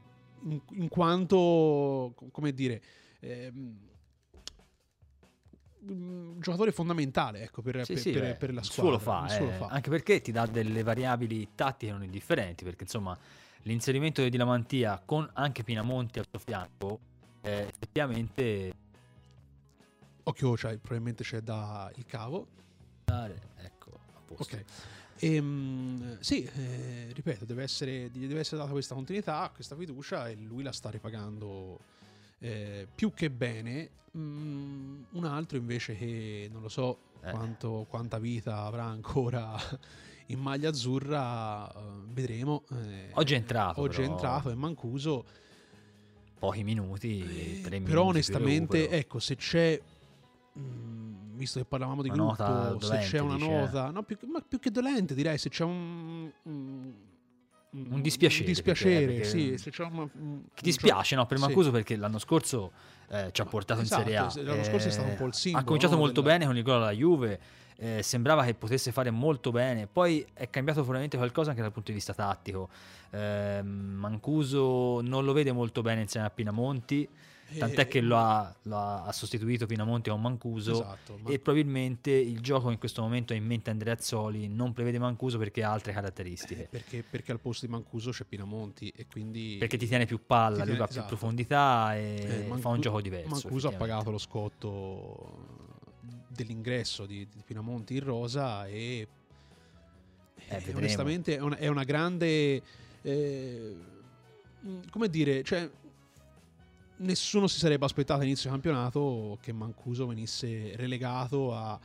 in quanto, come dire, giocatore fondamentale, ecco, per la squadra. Il suo lo fa, anche perché ti dà delle variabili tattiche non indifferenti, perché insomma l'inserimento di Lamantia con anche Pinamonti al suo fianco effettivamente... Occhio, probabilmente c'è da il cavo. Ecco, a posto. Ok. Ripeto, gli deve essere data questa continuità, questa fiducia, e lui la sta ripagando più che bene. Un altro invece che non lo so quanta vita avrà ancora in maglia azzurra, vedremo. Oggi è entrato è Mancuso, pochi minuti, 3 minuti, però onestamente, ecco, se c'è, visto che parlavamo di una gruppo, se c'è una nota, no, più che dolente, direi, se c'è un dispiacere, perché sì, se c'è che dispiace, no, per Mancuso, perché l'anno scorso ci ha portato in Serie A. L'anno scorso è stato un po' il simbolo. Ha cominciato molto bene con il gol alla Juve, sembrava che potesse fare molto bene, poi è cambiato probabilmente qualcosa anche dal punto di vista tattico. Mancuso non lo vede molto bene insieme a Pinamonti, tant'è che lo ha sostituito Pinamonti con Mancuso, esatto, e probabilmente il gioco in questo momento è in mente Andrea Azzoli, non prevede Mancuso perché ha altre caratteristiche, perché al posto di Mancuso c'è Pinamonti, e quindi perché ti tiene più palla, lui va più profondità e fa un gioco diverso. Mancuso ha pagato lo scotto dell'ingresso di Pinamonti in rosa, e onestamente è una grande come dire, cioè nessuno si sarebbe aspettato all'inizio del campionato che Mancuso venisse relegato a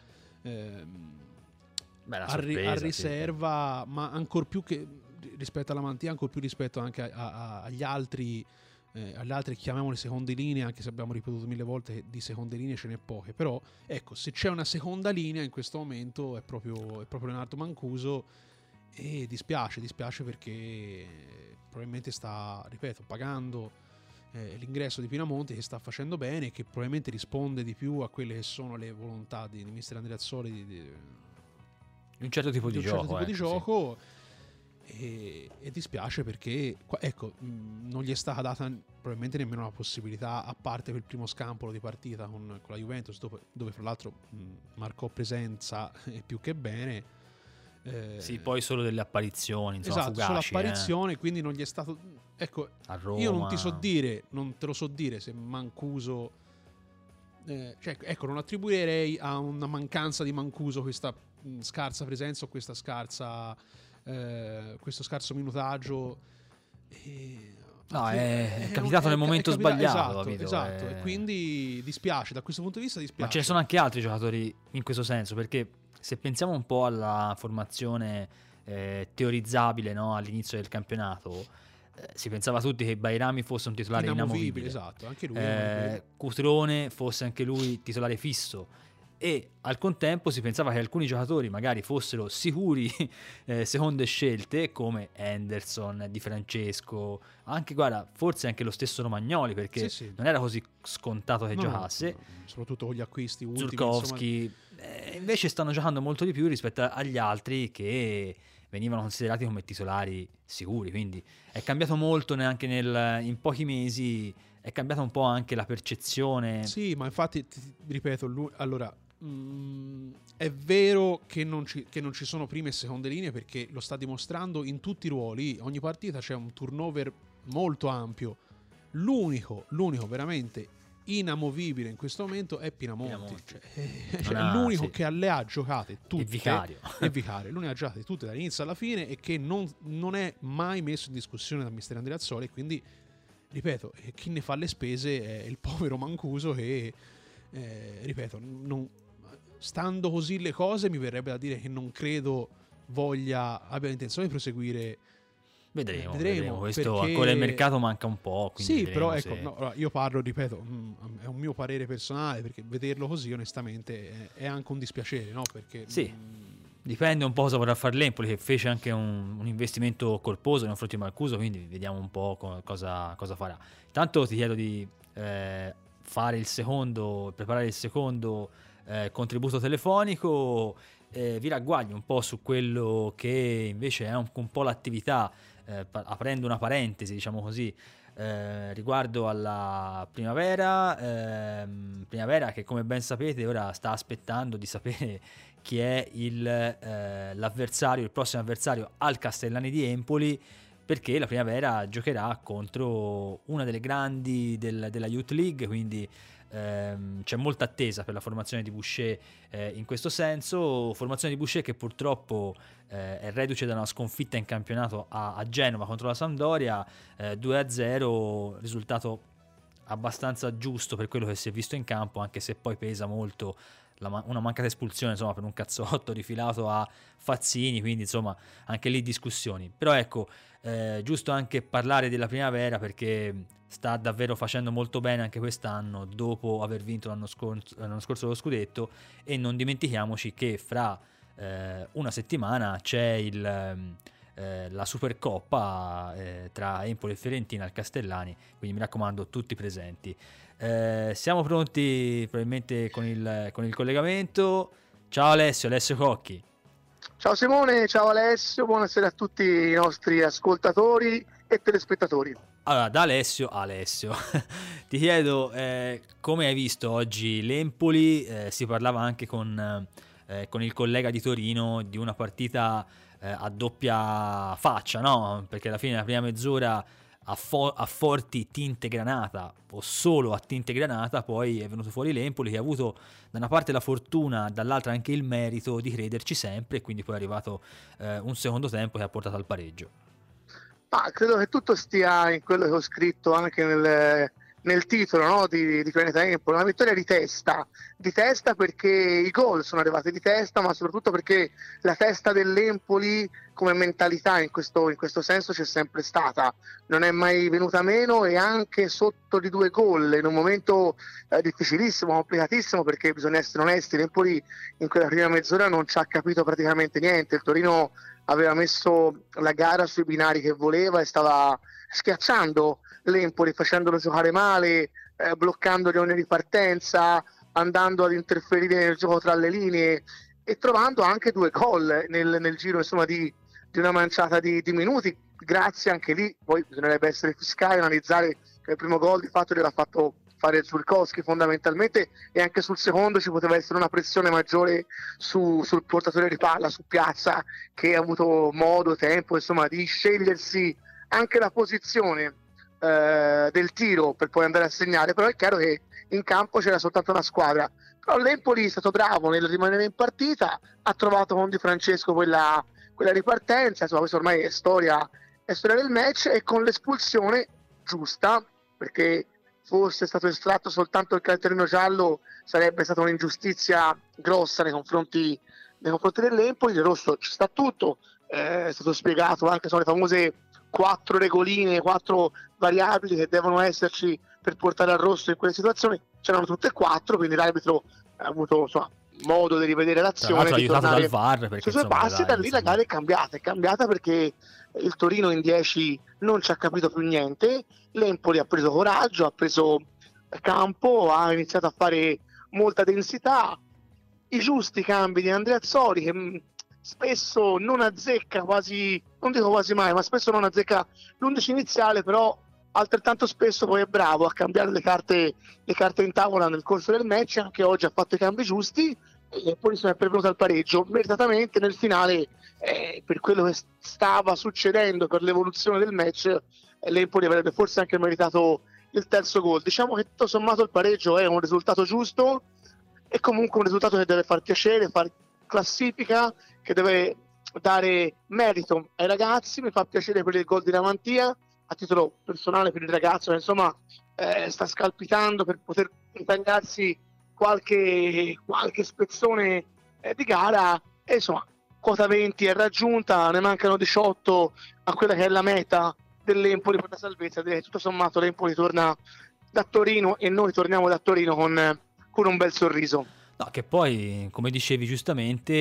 riserva, ma ancor più che rispetto alla Mantia, ancor più rispetto anche agli altri, alle altre, chiamiamole seconde linee, anche se abbiamo ripetuto 1000 volte che di seconde linee ce n'è poche. Però ecco, se c'è una seconda linea in questo momento è proprio Leonardo Mancuso, e dispiace perché probabilmente sta, ripeto, pagando l'ingresso di Pinamonti, che sta facendo bene e che probabilmente risponde di più a quelle che sono le volontà di mister Andrea Azzoli di un certo tipo di gioco. Sì. E dispiace perché, ecco, non gli è stata data probabilmente nemmeno la possibilità, a parte quel primo scampolo di partita con la Juventus, dove fra l'altro marcò presenza più che bene. Sì, poi solo delle apparizioni, insomma, esatto, fugaci, solo apparizioni, quindi non gli è stato, ecco, a Roma. Io non te lo so dire se Mancuso, cioè, ecco, non attribuirei a una mancanza di Mancuso questa scarsa presenza o questo scarso minutaggio. No, è capitato nel momento sbagliato. Esatto, e quindi dispiace, da questo punto di vista dispiace. Ma ce ne sono anche altri giocatori in questo senso, perché se pensiamo un po' alla formazione teorizzabile, no, all'inizio del campionato, si pensava tutti che Bairami fosse un titolare inamovibile, esatto, anche lui, Cutrone fosse anche lui titolare fisso, e al contempo si pensava che alcuni giocatori magari fossero sicuri seconde scelte, come Henderson, Di Francesco, anche, guarda, forse anche lo stesso Romagnoli, perché non era così scontato che giocasse, soprattutto con gli acquisti ultimi, Zurkowski, invece stanno giocando molto di più rispetto agli altri che venivano considerati come titolari sicuri. Quindi è cambiato molto, neanche in pochi mesi è cambiata un po' anche la percezione. Sì, ma infatti ripeto, allora è vero che non ci sono prime e seconde linee, perché lo sta dimostrando in tutti i ruoli. Ogni partita c'è un turnover molto ampio. L'unico veramente inamovibile in questo momento è Pinamonti. Cioè, è l'unico che le ha giocate tutte. È Vicario. L'unico ha giocate tutte dall'inizio alla fine, e che non è mai messo in discussione da mister Andrea Azzoli. Quindi ripeto, chi ne fa le spese è il povero Mancuso, che ripeto, stando così le cose, mi verrebbe da dire che non credo abbia intenzione di proseguire. Vedremo. Questo ancora il mercato manca un po'. Sì, però ecco, no, io parlo, ripeto, è un mio parere personale, perché vederlo così onestamente è anche un dispiacere, no? Perché dipende un po' cosa vorrà fare l'Empoli, che fece anche un investimento corposo nei confronti di Mancuso, quindi vediamo un po' cosa farà. Intanto ti chiedo di preparare il secondo contributo telefonico, vi ragguagli un po' su quello che invece è un po' l'attività, aprendo una parentesi, diciamo così, riguardo alla Primavera, che come ben sapete ora sta aspettando di sapere chi è l'avversario, il prossimo avversario al Castellani di Empoli, perché la Primavera giocherà contro una delle grandi della Youth League, quindi c'è molta attesa per la formazione di Boucher in questo senso. Formazione di Boucher che purtroppo è reduce da una sconfitta in campionato a Genova contro la Sampdoria, 2-0, risultato abbastanza giusto per quello che si è visto in campo, anche se poi pesa molto una mancata espulsione, insomma, per un cazzotto rifilato a Fazzini, quindi insomma anche lì discussioni. Però ecco, giusto anche parlare della Primavera, perché sta davvero facendo molto bene anche quest'anno, dopo aver vinto l'anno scorso lo scudetto, e non dimentichiamoci che fra una settimana c'è la Supercoppa tra Empoli e Fiorentina al Castellani, quindi mi raccomando, tutti presenti. Siamo pronti probabilmente con il collegamento. Ciao Alessio Cocchi. Ciao Simone, ciao Alessio, buonasera a tutti i nostri ascoltatori e telespettatori. Allora, da Alessio, ti chiedo come hai visto oggi l'Empoli. Si parlava anche con il collega di Torino di una partita a doppia faccia, no? Perché alla fine la prima mezz'ora a forti tinte granata, o solo a tinte granata, poi è venuto fuori l'Empoli che ha avuto da una parte la fortuna, dall'altra anche il merito di crederci sempre, e quindi poi è arrivato un secondo tempo che ha portato al pareggio. Ma credo che tutto stia in quello che ho scritto anche nel titolo, no? di Pianeta Empoli, una vittoria di testa perché i gol sono arrivati di testa, ma soprattutto perché la testa dell'Empoli come mentalità in questo senso c'è sempre stata, non è mai venuta meno, e anche sotto di 2 gol in un momento difficilissimo, complicatissimo, perché bisogna essere onesti, l'Empoli in quella prima mezz'ora non ci ha capito praticamente niente. Il Torino aveva messo la gara sui binari che voleva e stava schiacciando l'Empoli, facendolo giocare male, bloccandogli ogni ripartenza, andando ad interferire nel gioco tra le linee e trovando anche 2 gol nel giro, insomma, di una manciata di minuti. Grazie anche lì, poi bisognerebbe essere fiscali, analizzare che il primo gol di fatto gliel'ha fatto fare Żurkowski fondamentalmente, e anche sul secondo ci poteva essere una pressione maggiore sul portatore di palla, su Piazza, che ha avuto modo, tempo, insomma, di scegliersi anche la posizione del tiro per poi andare a segnare. Però è chiaro che in campo c'era soltanto una squadra, però l'Empoli è stato bravo nel rimanere in partita, ha trovato con Di Francesco quella ripartenza, insomma questa ormai è storia del match, e con l'espulsione giusta, perché fosse stato estratto soltanto il cartellino giallo sarebbe stata un'ingiustizia grossa nei confronti dell'Empoli. Il rosso ci sta tutto, è stato spiegato anche, sono le famose 4 regoline, 4 variabili che devono esserci per portare al rosso in quelle situazioni, c'erano tutte e 4, quindi l'arbitro ha avuto, insomma, modo di rivedere l'azione, di tornare dal VAR, perché sui suoi passi. Da lì la gara è cambiata perché il Torino in 10 non ci ha capito più niente, l'Empoli ha preso coraggio, ha preso campo, ha iniziato a fare molta densità, i giusti cambi di Andreazzoli, che spesso non azzecca quasi, non dico quasi mai, ma spesso non azzecca l'11 iniziale, però altrettanto spesso poi è bravo a cambiare le carte in tavola nel corso del match. Anche oggi ha fatto i cambi giusti e poi sono pervenuto al pareggio meritatamente nel finale, per quello che stava succedendo, per l'evoluzione del match. L'Empoli avrebbe forse anche meritato il terzo gol. Diciamo che tutto sommato il pareggio è un risultato giusto, e comunque un risultato che deve far piacere, far classifica, che deve dare merito ai ragazzi. Mi fa piacere per il gol di Lamantia, a titolo personale per il ragazzo che insomma sta scalpitando per poter ritagliarsi qualche spezzone di gara, e insomma quota 20 è raggiunta, ne mancano 18 a quella che è la meta dell'Empoli per la salvezza. Tutto sommato l'Empoli torna da Torino e noi torniamo da Torino con un bel sorriso. No, che poi, come dicevi giustamente,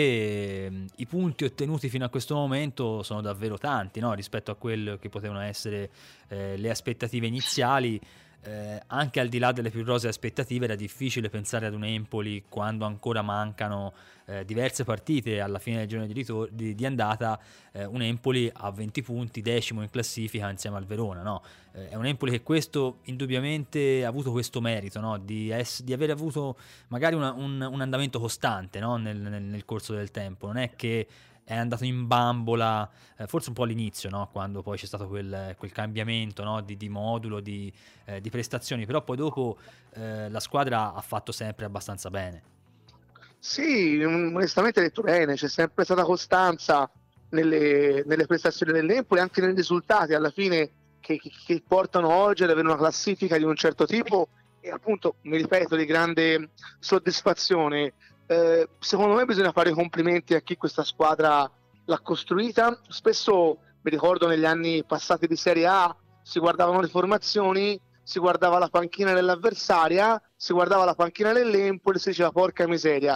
i punti ottenuti fino a questo momento sono davvero tanti, no? Rispetto a quello che potevano essere le aspettative iniziali. anche al di là delle più rosee aspettative era difficile pensare ad un Empoli quando ancora mancano diverse partite alla fine del girone di andata, un Empoli a 20 punti, 10° in classifica insieme al Verona, no? È un Empoli che questo indubbiamente ha avuto questo merito, no? Di aver avuto magari un andamento costante, no? nel corso del tempo, non è che è andato in bambola, forse un po' all'inizio, no? Quando poi c'è stato quel cambiamento, no? di modulo, di prestazioni, però poi dopo la squadra ha fatto sempre abbastanza bene. Sì, onestamente hai detto bene, c'è sempre stata costanza nelle prestazioni dell'Empoli, anche nei risultati alla fine che portano oggi ad avere una classifica di un certo tipo e appunto, mi ripeto, di grande soddisfazione. Secondo me bisogna fare i complimenti a chi questa squadra l'ha costruita. Spesso mi ricordo negli anni passati di Serie A si guardavano le formazioni, si guardava la panchina dell'avversaria, si guardava la panchina dell'Empoli e si diceva porca miseria,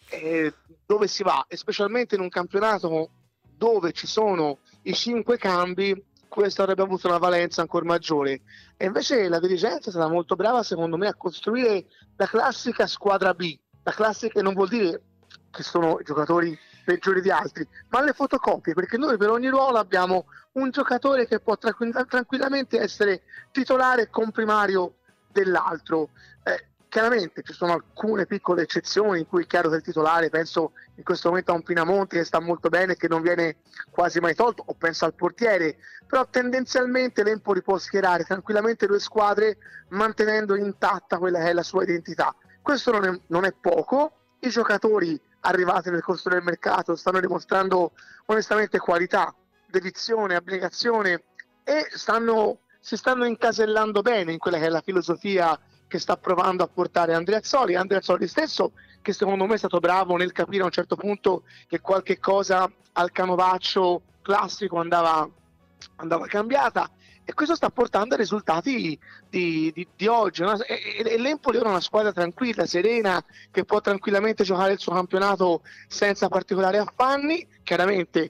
dove si va? E specialmente in un campionato dove ci sono i 5 cambi, questo avrebbe avuto una valenza ancora maggiore. E invece la dirigenza è stata molto brava, secondo me, a costruire la classica squadra B. La classica non vuol dire che sono giocatori peggiori di altri, ma le fotocopie, perché noi per ogni ruolo abbiamo un giocatore che può tranquillamente essere titolare e comprimario dell'altro. Chiaramente ci sono alcune piccole eccezioni in cui è chiaro che il titolare, penso in questo momento a un Pinamonti che sta molto bene e che non viene quasi mai tolto, o penso al portiere, però tendenzialmente l'Empoli può schierare tranquillamente 2 squadre mantenendo intatta quella che è la sua identità. Questo non è poco, i giocatori arrivati nel corso del mercato stanno dimostrando onestamente qualità, dedizione, abnegazione e si stanno incasellando bene in quella che è la filosofia che sta provando a portare Andrea Azzoli stesso, che secondo me è stato bravo nel capire a un certo punto che qualche cosa al canovaccio classico andava cambiata, e questo sta portando ai risultati di oggi, no? E l'Empoli ora è una squadra tranquilla, serena, che può tranquillamente giocare il suo campionato senza particolari affanni. Chiaramente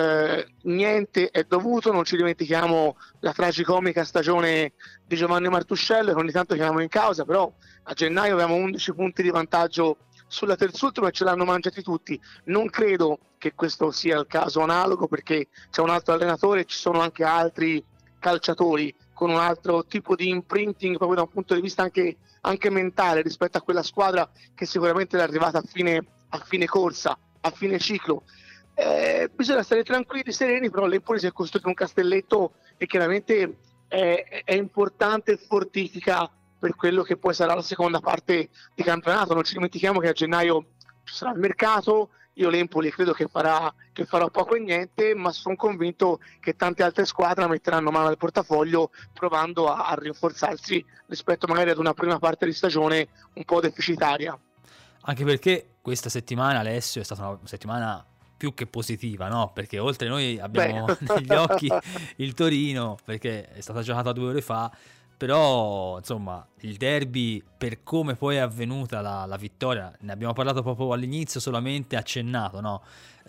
niente è dovuto, non ci dimentichiamo la tragicomica stagione di Giovanni Martuscello che ogni tanto chiamiamo in causa, però a gennaio avevamo 11 punti di vantaggio sulla terzultima e ce l'hanno mangiati tutti. Non credo che questo sia il caso analogo, perché c'è un altro allenatore, ci sono anche altri calciatori con un altro tipo di imprinting proprio da un punto di vista anche mentale rispetto a quella squadra che sicuramente è arrivata a fine corsa, a fine ciclo. Bisogna stare tranquilli, sereni, però l'Empoli si è costruito un castelletto e chiaramente è importante e fortifica per quello che poi sarà la seconda parte di campionato. Non ci dimentichiamo che a gennaio ci sarà il mercato. Io l'Empoli credo che farà poco e niente, ma sono convinto che tante altre squadre metteranno mano al portafoglio provando a rinforzarsi rispetto magari ad una prima parte di stagione un po' deficitaria. Anche perché questa settimana, Alessio, è stata una settimana più che positiva, no? Perché oltre noi abbiamo negli occhi il Torino, perché è stata giocata 2 ore fa, però insomma il derby, per come poi è avvenuta la vittoria, ne abbiamo parlato proprio all'inizio, solamente accennato, no?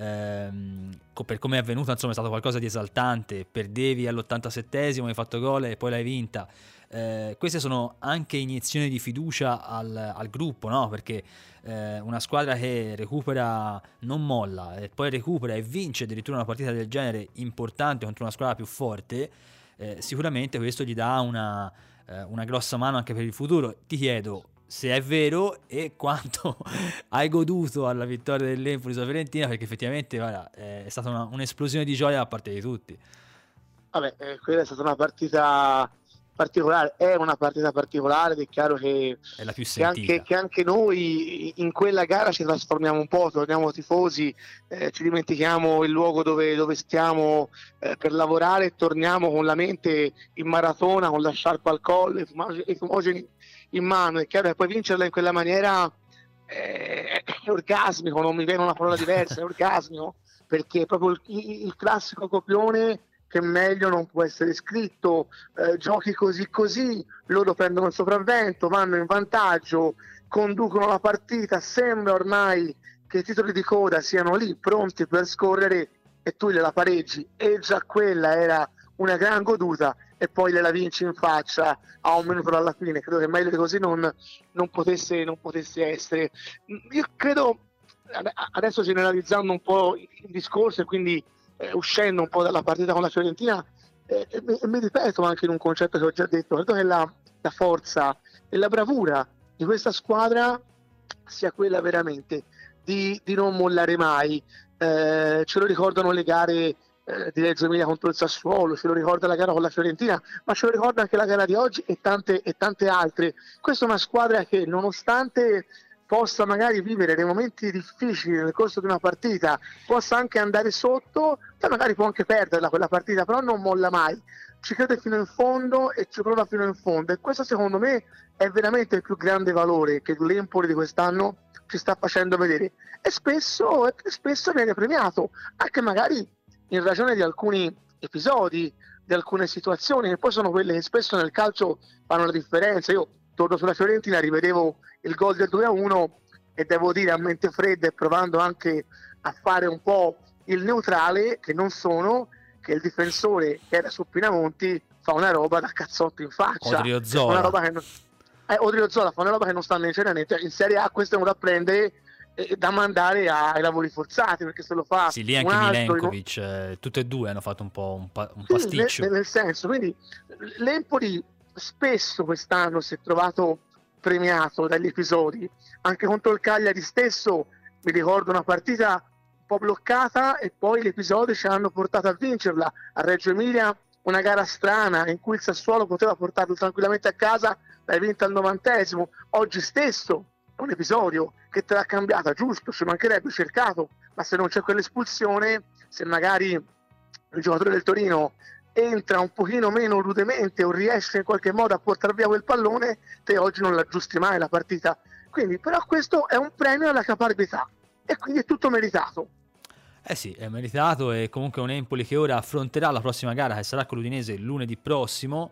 Per come è avvenuta, insomma, è stato qualcosa di esaltante. Perdevi all'87esimo, hai fatto gol e poi l'hai vinta. Queste sono anche iniezioni di fiducia al gruppo, no? Perché una squadra che recupera, non molla, e poi recupera e vince addirittura una partita del genere importante contro una squadra più forte, sicuramente questo gli dà una grossa mano anche per il futuro. Ti chiedo se è vero e quanto hai goduto alla vittoria dell'Empoli sulla Fiorentina, perché effettivamente guarda, è stata un'esplosione di gioia da parte di tutti. Vabbè, quella è stata una partita particolare, è una partita particolare ed è chiaro che è la più sentita. Che anche noi in quella gara ci trasformiamo un po', torniamo tifosi, ci dimentichiamo il luogo dove stiamo per lavorare e torniamo con la mente in maratona, con la sciarpa al collo, i fumogeni in mano. È chiaro che poi vincerla in quella maniera è orgasmico, non mi viene una parola diversa, è orgasmico, perché è proprio il classico copione che meglio non può essere scritto. Giochi così, loro prendono il sopravvento, vanno in vantaggio, conducono la partita, sembra ormai che i titoli di coda siano lì pronti per scorrere e tu gliela pareggi, e già quella era una gran goduta. e poi la vinci in faccia a un minuto dalla fine. Credo che meglio di così non potesse essere. Io credo, adesso generalizzando un po' il discorso e quindi uscendo un po' dalla partita con la Fiorentina, mi ripeto anche in un concetto che ho già detto, credo che la forza e la bravura di questa squadra sia quella veramente di non mollare mai. Ce lo ricordano le gare di Reggio Emilia contro il Sassuolo, ce lo ricorda la gara con la Fiorentina, ma ce lo ricorda anche la gara di oggi e tante altre. Questa è una squadra che, nonostante possa magari vivere dei momenti difficili nel corso di una partita, possa anche andare sotto, e magari può anche perderla quella partita, però non molla mai, ci crede fino in fondo e ci prova fino in fondo, e questo secondo me è veramente il più grande valore che l'Empoli di quest'anno ci sta facendo vedere, e spesso viene premiato, anche magari in ragione di alcuni episodi, di alcune situazioni che poi sono quelle che spesso nel calcio fanno la differenza. Io torno sulla Fiorentina, rivedevo il gol del 2-1 e devo dire a mente fredda, e provando anche a fare un po' il neutrale, che non sono, che il difensore che era su Pinamonti fa una roba da cazzotto in faccia. Odriozola. Una roba che Odriozola fa una roba che non sta necessariamente in Serie A. Questo è un da prendere da mandare ai lavori forzati, perché se lo fa sì, lì anche Milenkovic, tutte e due hanno fatto un po' un pasticcio. Nel senso, quindi l'Empoli spesso quest'anno si è trovato premiato dagli episodi, anche contro il Cagliari stesso mi ricordo una partita un po' bloccata e poi gli episodi ci hanno portato a vincerla. A Reggio Emilia una gara strana in cui il Sassuolo poteva portarlo tranquillamente a casa, l'hai vinta al 90esimo. Oggi stesso un episodio che te l'ha cambiata, giusto, ci mancherebbe, cercato, ma se non c'è quell'espulsione, se magari il giocatore del Torino entra un pochino meno rudemente o riesce in qualche modo a portare via quel pallone, te oggi non l'aggiusti mai la partita. Quindi però questo è un premio alla caparbietà e quindi è tutto meritato. Eh sì, è meritato, e comunque un Empoli che ora affronterà la prossima gara, che sarà con l'Udinese lunedì prossimo,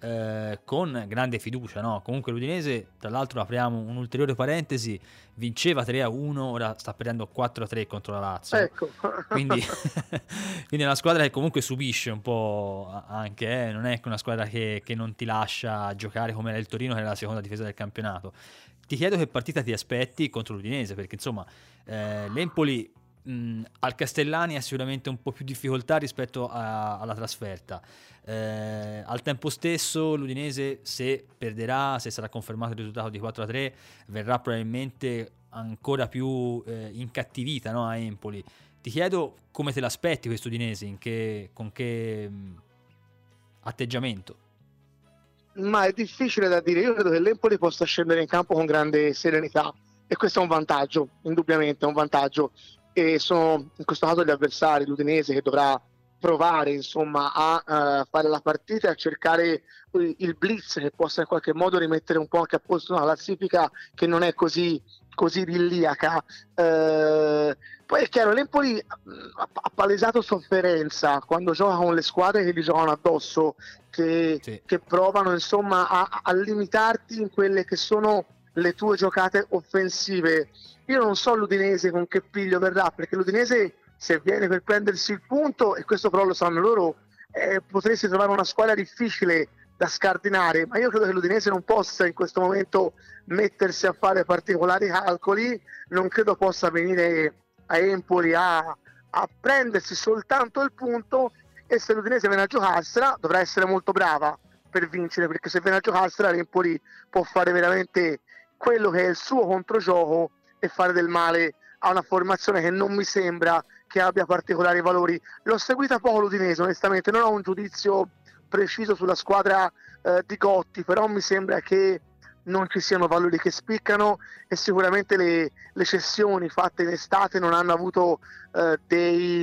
con grande fiducia, no? Comunque l'Udinese, tra l'altro apriamo un'ulteriore parentesi, vinceva 3-1, ora sta perdendo 4-3 contro la Lazio. Ecco. Quindi è una squadra che comunque subisce un po' anche, non è una squadra che non ti lascia giocare come era il Torino, che era la seconda difesa del campionato. Ti chiedo che partita ti aspetti contro l'Udinese, perché insomma l'Empoli al Castellani ha sicuramente un po' più difficoltà rispetto alla trasferta. Al tempo stesso l'Udinese, se perderà, se sarà confermato il risultato di 4-3, verrà probabilmente ancora più incattivita, no, a Empoli. Ti chiedo come te l'aspetti questo Udinese, con che atteggiamento? Ma è difficile da dire. Io credo che l'Empoli possa scendere in campo con grande serenità, e questo è un vantaggio, indubbiamente è un vantaggio, e sono in questo caso gli avversari, l'Udinese, che dovrà provare insomma a fare la partita e a cercare il blitz che possa in qualche modo rimettere un po' anche a posto una classifica che non è così idilliaca. Poi è chiaro, l'Empoli ha palesato sofferenza quando gioca con le squadre che gli giocano addosso, che provano insomma a limitarti in quelle che sono le tue giocate offensive. Io non so l'Udinese con che piglio verrà, perché l'Udinese, se viene per prendersi il punto, e questo però lo sanno loro, potresti trovare una squadra difficile da scardinare, ma io credo che l'Udinese non possa in questo momento mettersi a fare particolari calcoli, non credo possa venire a Empoli a prendersi soltanto il punto, e se l'Udinese viene a giocarsela dovrà essere molto brava per vincere, perché se viene a giocarsela l'Empoli può fare veramente quello che è il suo controgioco e fare del male a una formazione che non mi sembra che abbia particolari valori. L'ho seguita poco l'Udinese, onestamente non ho un giudizio preciso sulla squadra di Gotti, però mi sembra che non ci siano valori che spiccano, e sicuramente le cessioni fatte in estate non hanno avuto dei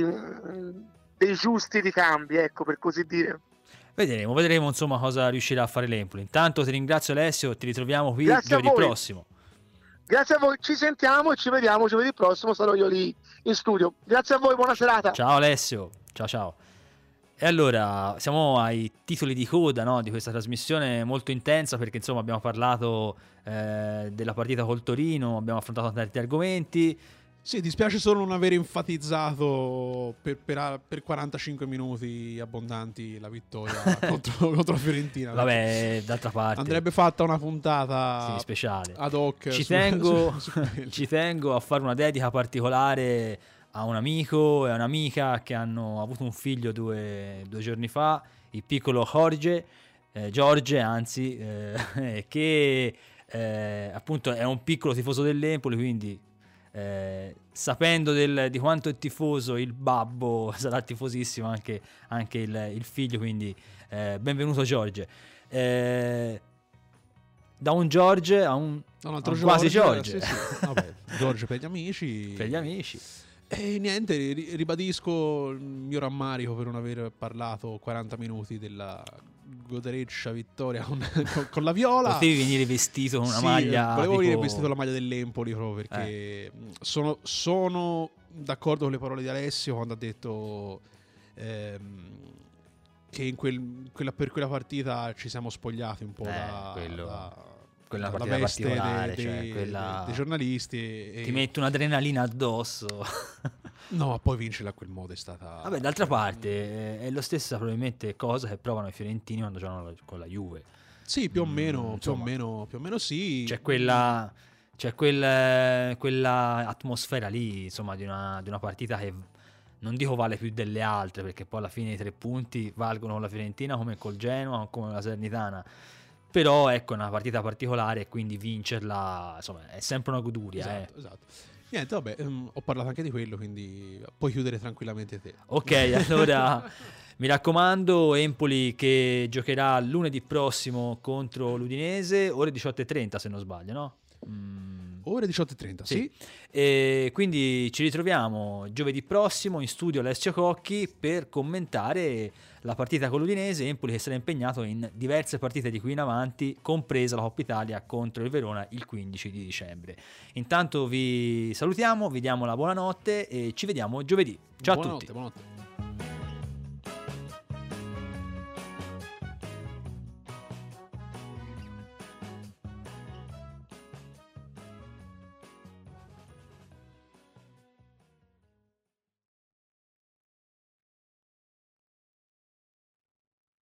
giusti ricambi, ecco, per così dire. Vedremo insomma cosa riuscirà a fare l'Empoli. Intanto ti ringrazio Alessio, ti ritroviamo qui giovedì prossimo. Grazie a voi, ci sentiamo e ci vediamo giovedì prossimo, sarò io lì in studio. Grazie a voi, buona serata. Ciao Alessio, ciao. E allora siamo ai titoli di coda, no, di questa trasmissione molto intensa, perché insomma abbiamo parlato della partita col Torino, abbiamo affrontato tanti argomenti. Sì, dispiace solo non aver enfatizzato per 45 minuti abbondanti la vittoria contro la Fiorentina. Vabbè, d'altra parte andrebbe fatta una puntata speciale ad hoc. Ci tengo a fare una dedica particolare a un amico e a un'amica che hanno avuto un figlio due giorni fa, il piccolo Jorge, che appunto è un piccolo tifoso dell'Empoli, quindi sapendo di quanto è tifoso il babbo, sarà tifosissimo anche il figlio, quindi benvenuto Jorge. Da un Jorge a un altro quasi Jorge. Sì. Vabbè, Jorge per gli amici. Per gli amici. E niente, ribadisco il mio rammarico per non aver parlato 40 minuti della godereccia vittoria con la viola. Potevi venire vestito con una maglia. Volevo venire vestito con la maglia dell'Empoli proprio perché sono d'accordo con le parole di Alessio quando ha detto che per quella partita ci siamo spogliati un po' quella la partita veste particolare, dei giornalisti ti mette un'adrenalina addosso. No, a poi vincerla a quel modo è stata... Vabbè, d'altra parte è la stessa probabilmente cosa che provano i fiorentini quando giocano con la Juve. Sì, più o meno sì. C'è quella atmosfera lì, insomma, di una partita che non dico vale più delle altre, perché poi alla fine i 3 punti valgono con la Fiorentina come col Genoa, come la Salernitana. Però ecco, è una partita particolare e quindi vincerla, insomma, è sempre una goduria. Esatto. Niente, vabbè, ho parlato anche di quello, quindi puoi chiudere tranquillamente te. Ok, allora mi raccomando, Empoli che giocherà lunedì prossimo contro l'Udinese, ore 18:30 se non sbaglio, no? Ore 18:30, sì. E quindi ci ritroviamo giovedì prossimo in studio Alessio Cocchi per commentare la partita con l'Udinese. Empoli che sarà impegnato in diverse partite di qui in avanti, compresa la Coppa Italia contro il Verona il 15 di dicembre. Intanto vi salutiamo, vi diamo la buonanotte e ci vediamo giovedì. Ciao a tutti. Buonanotte.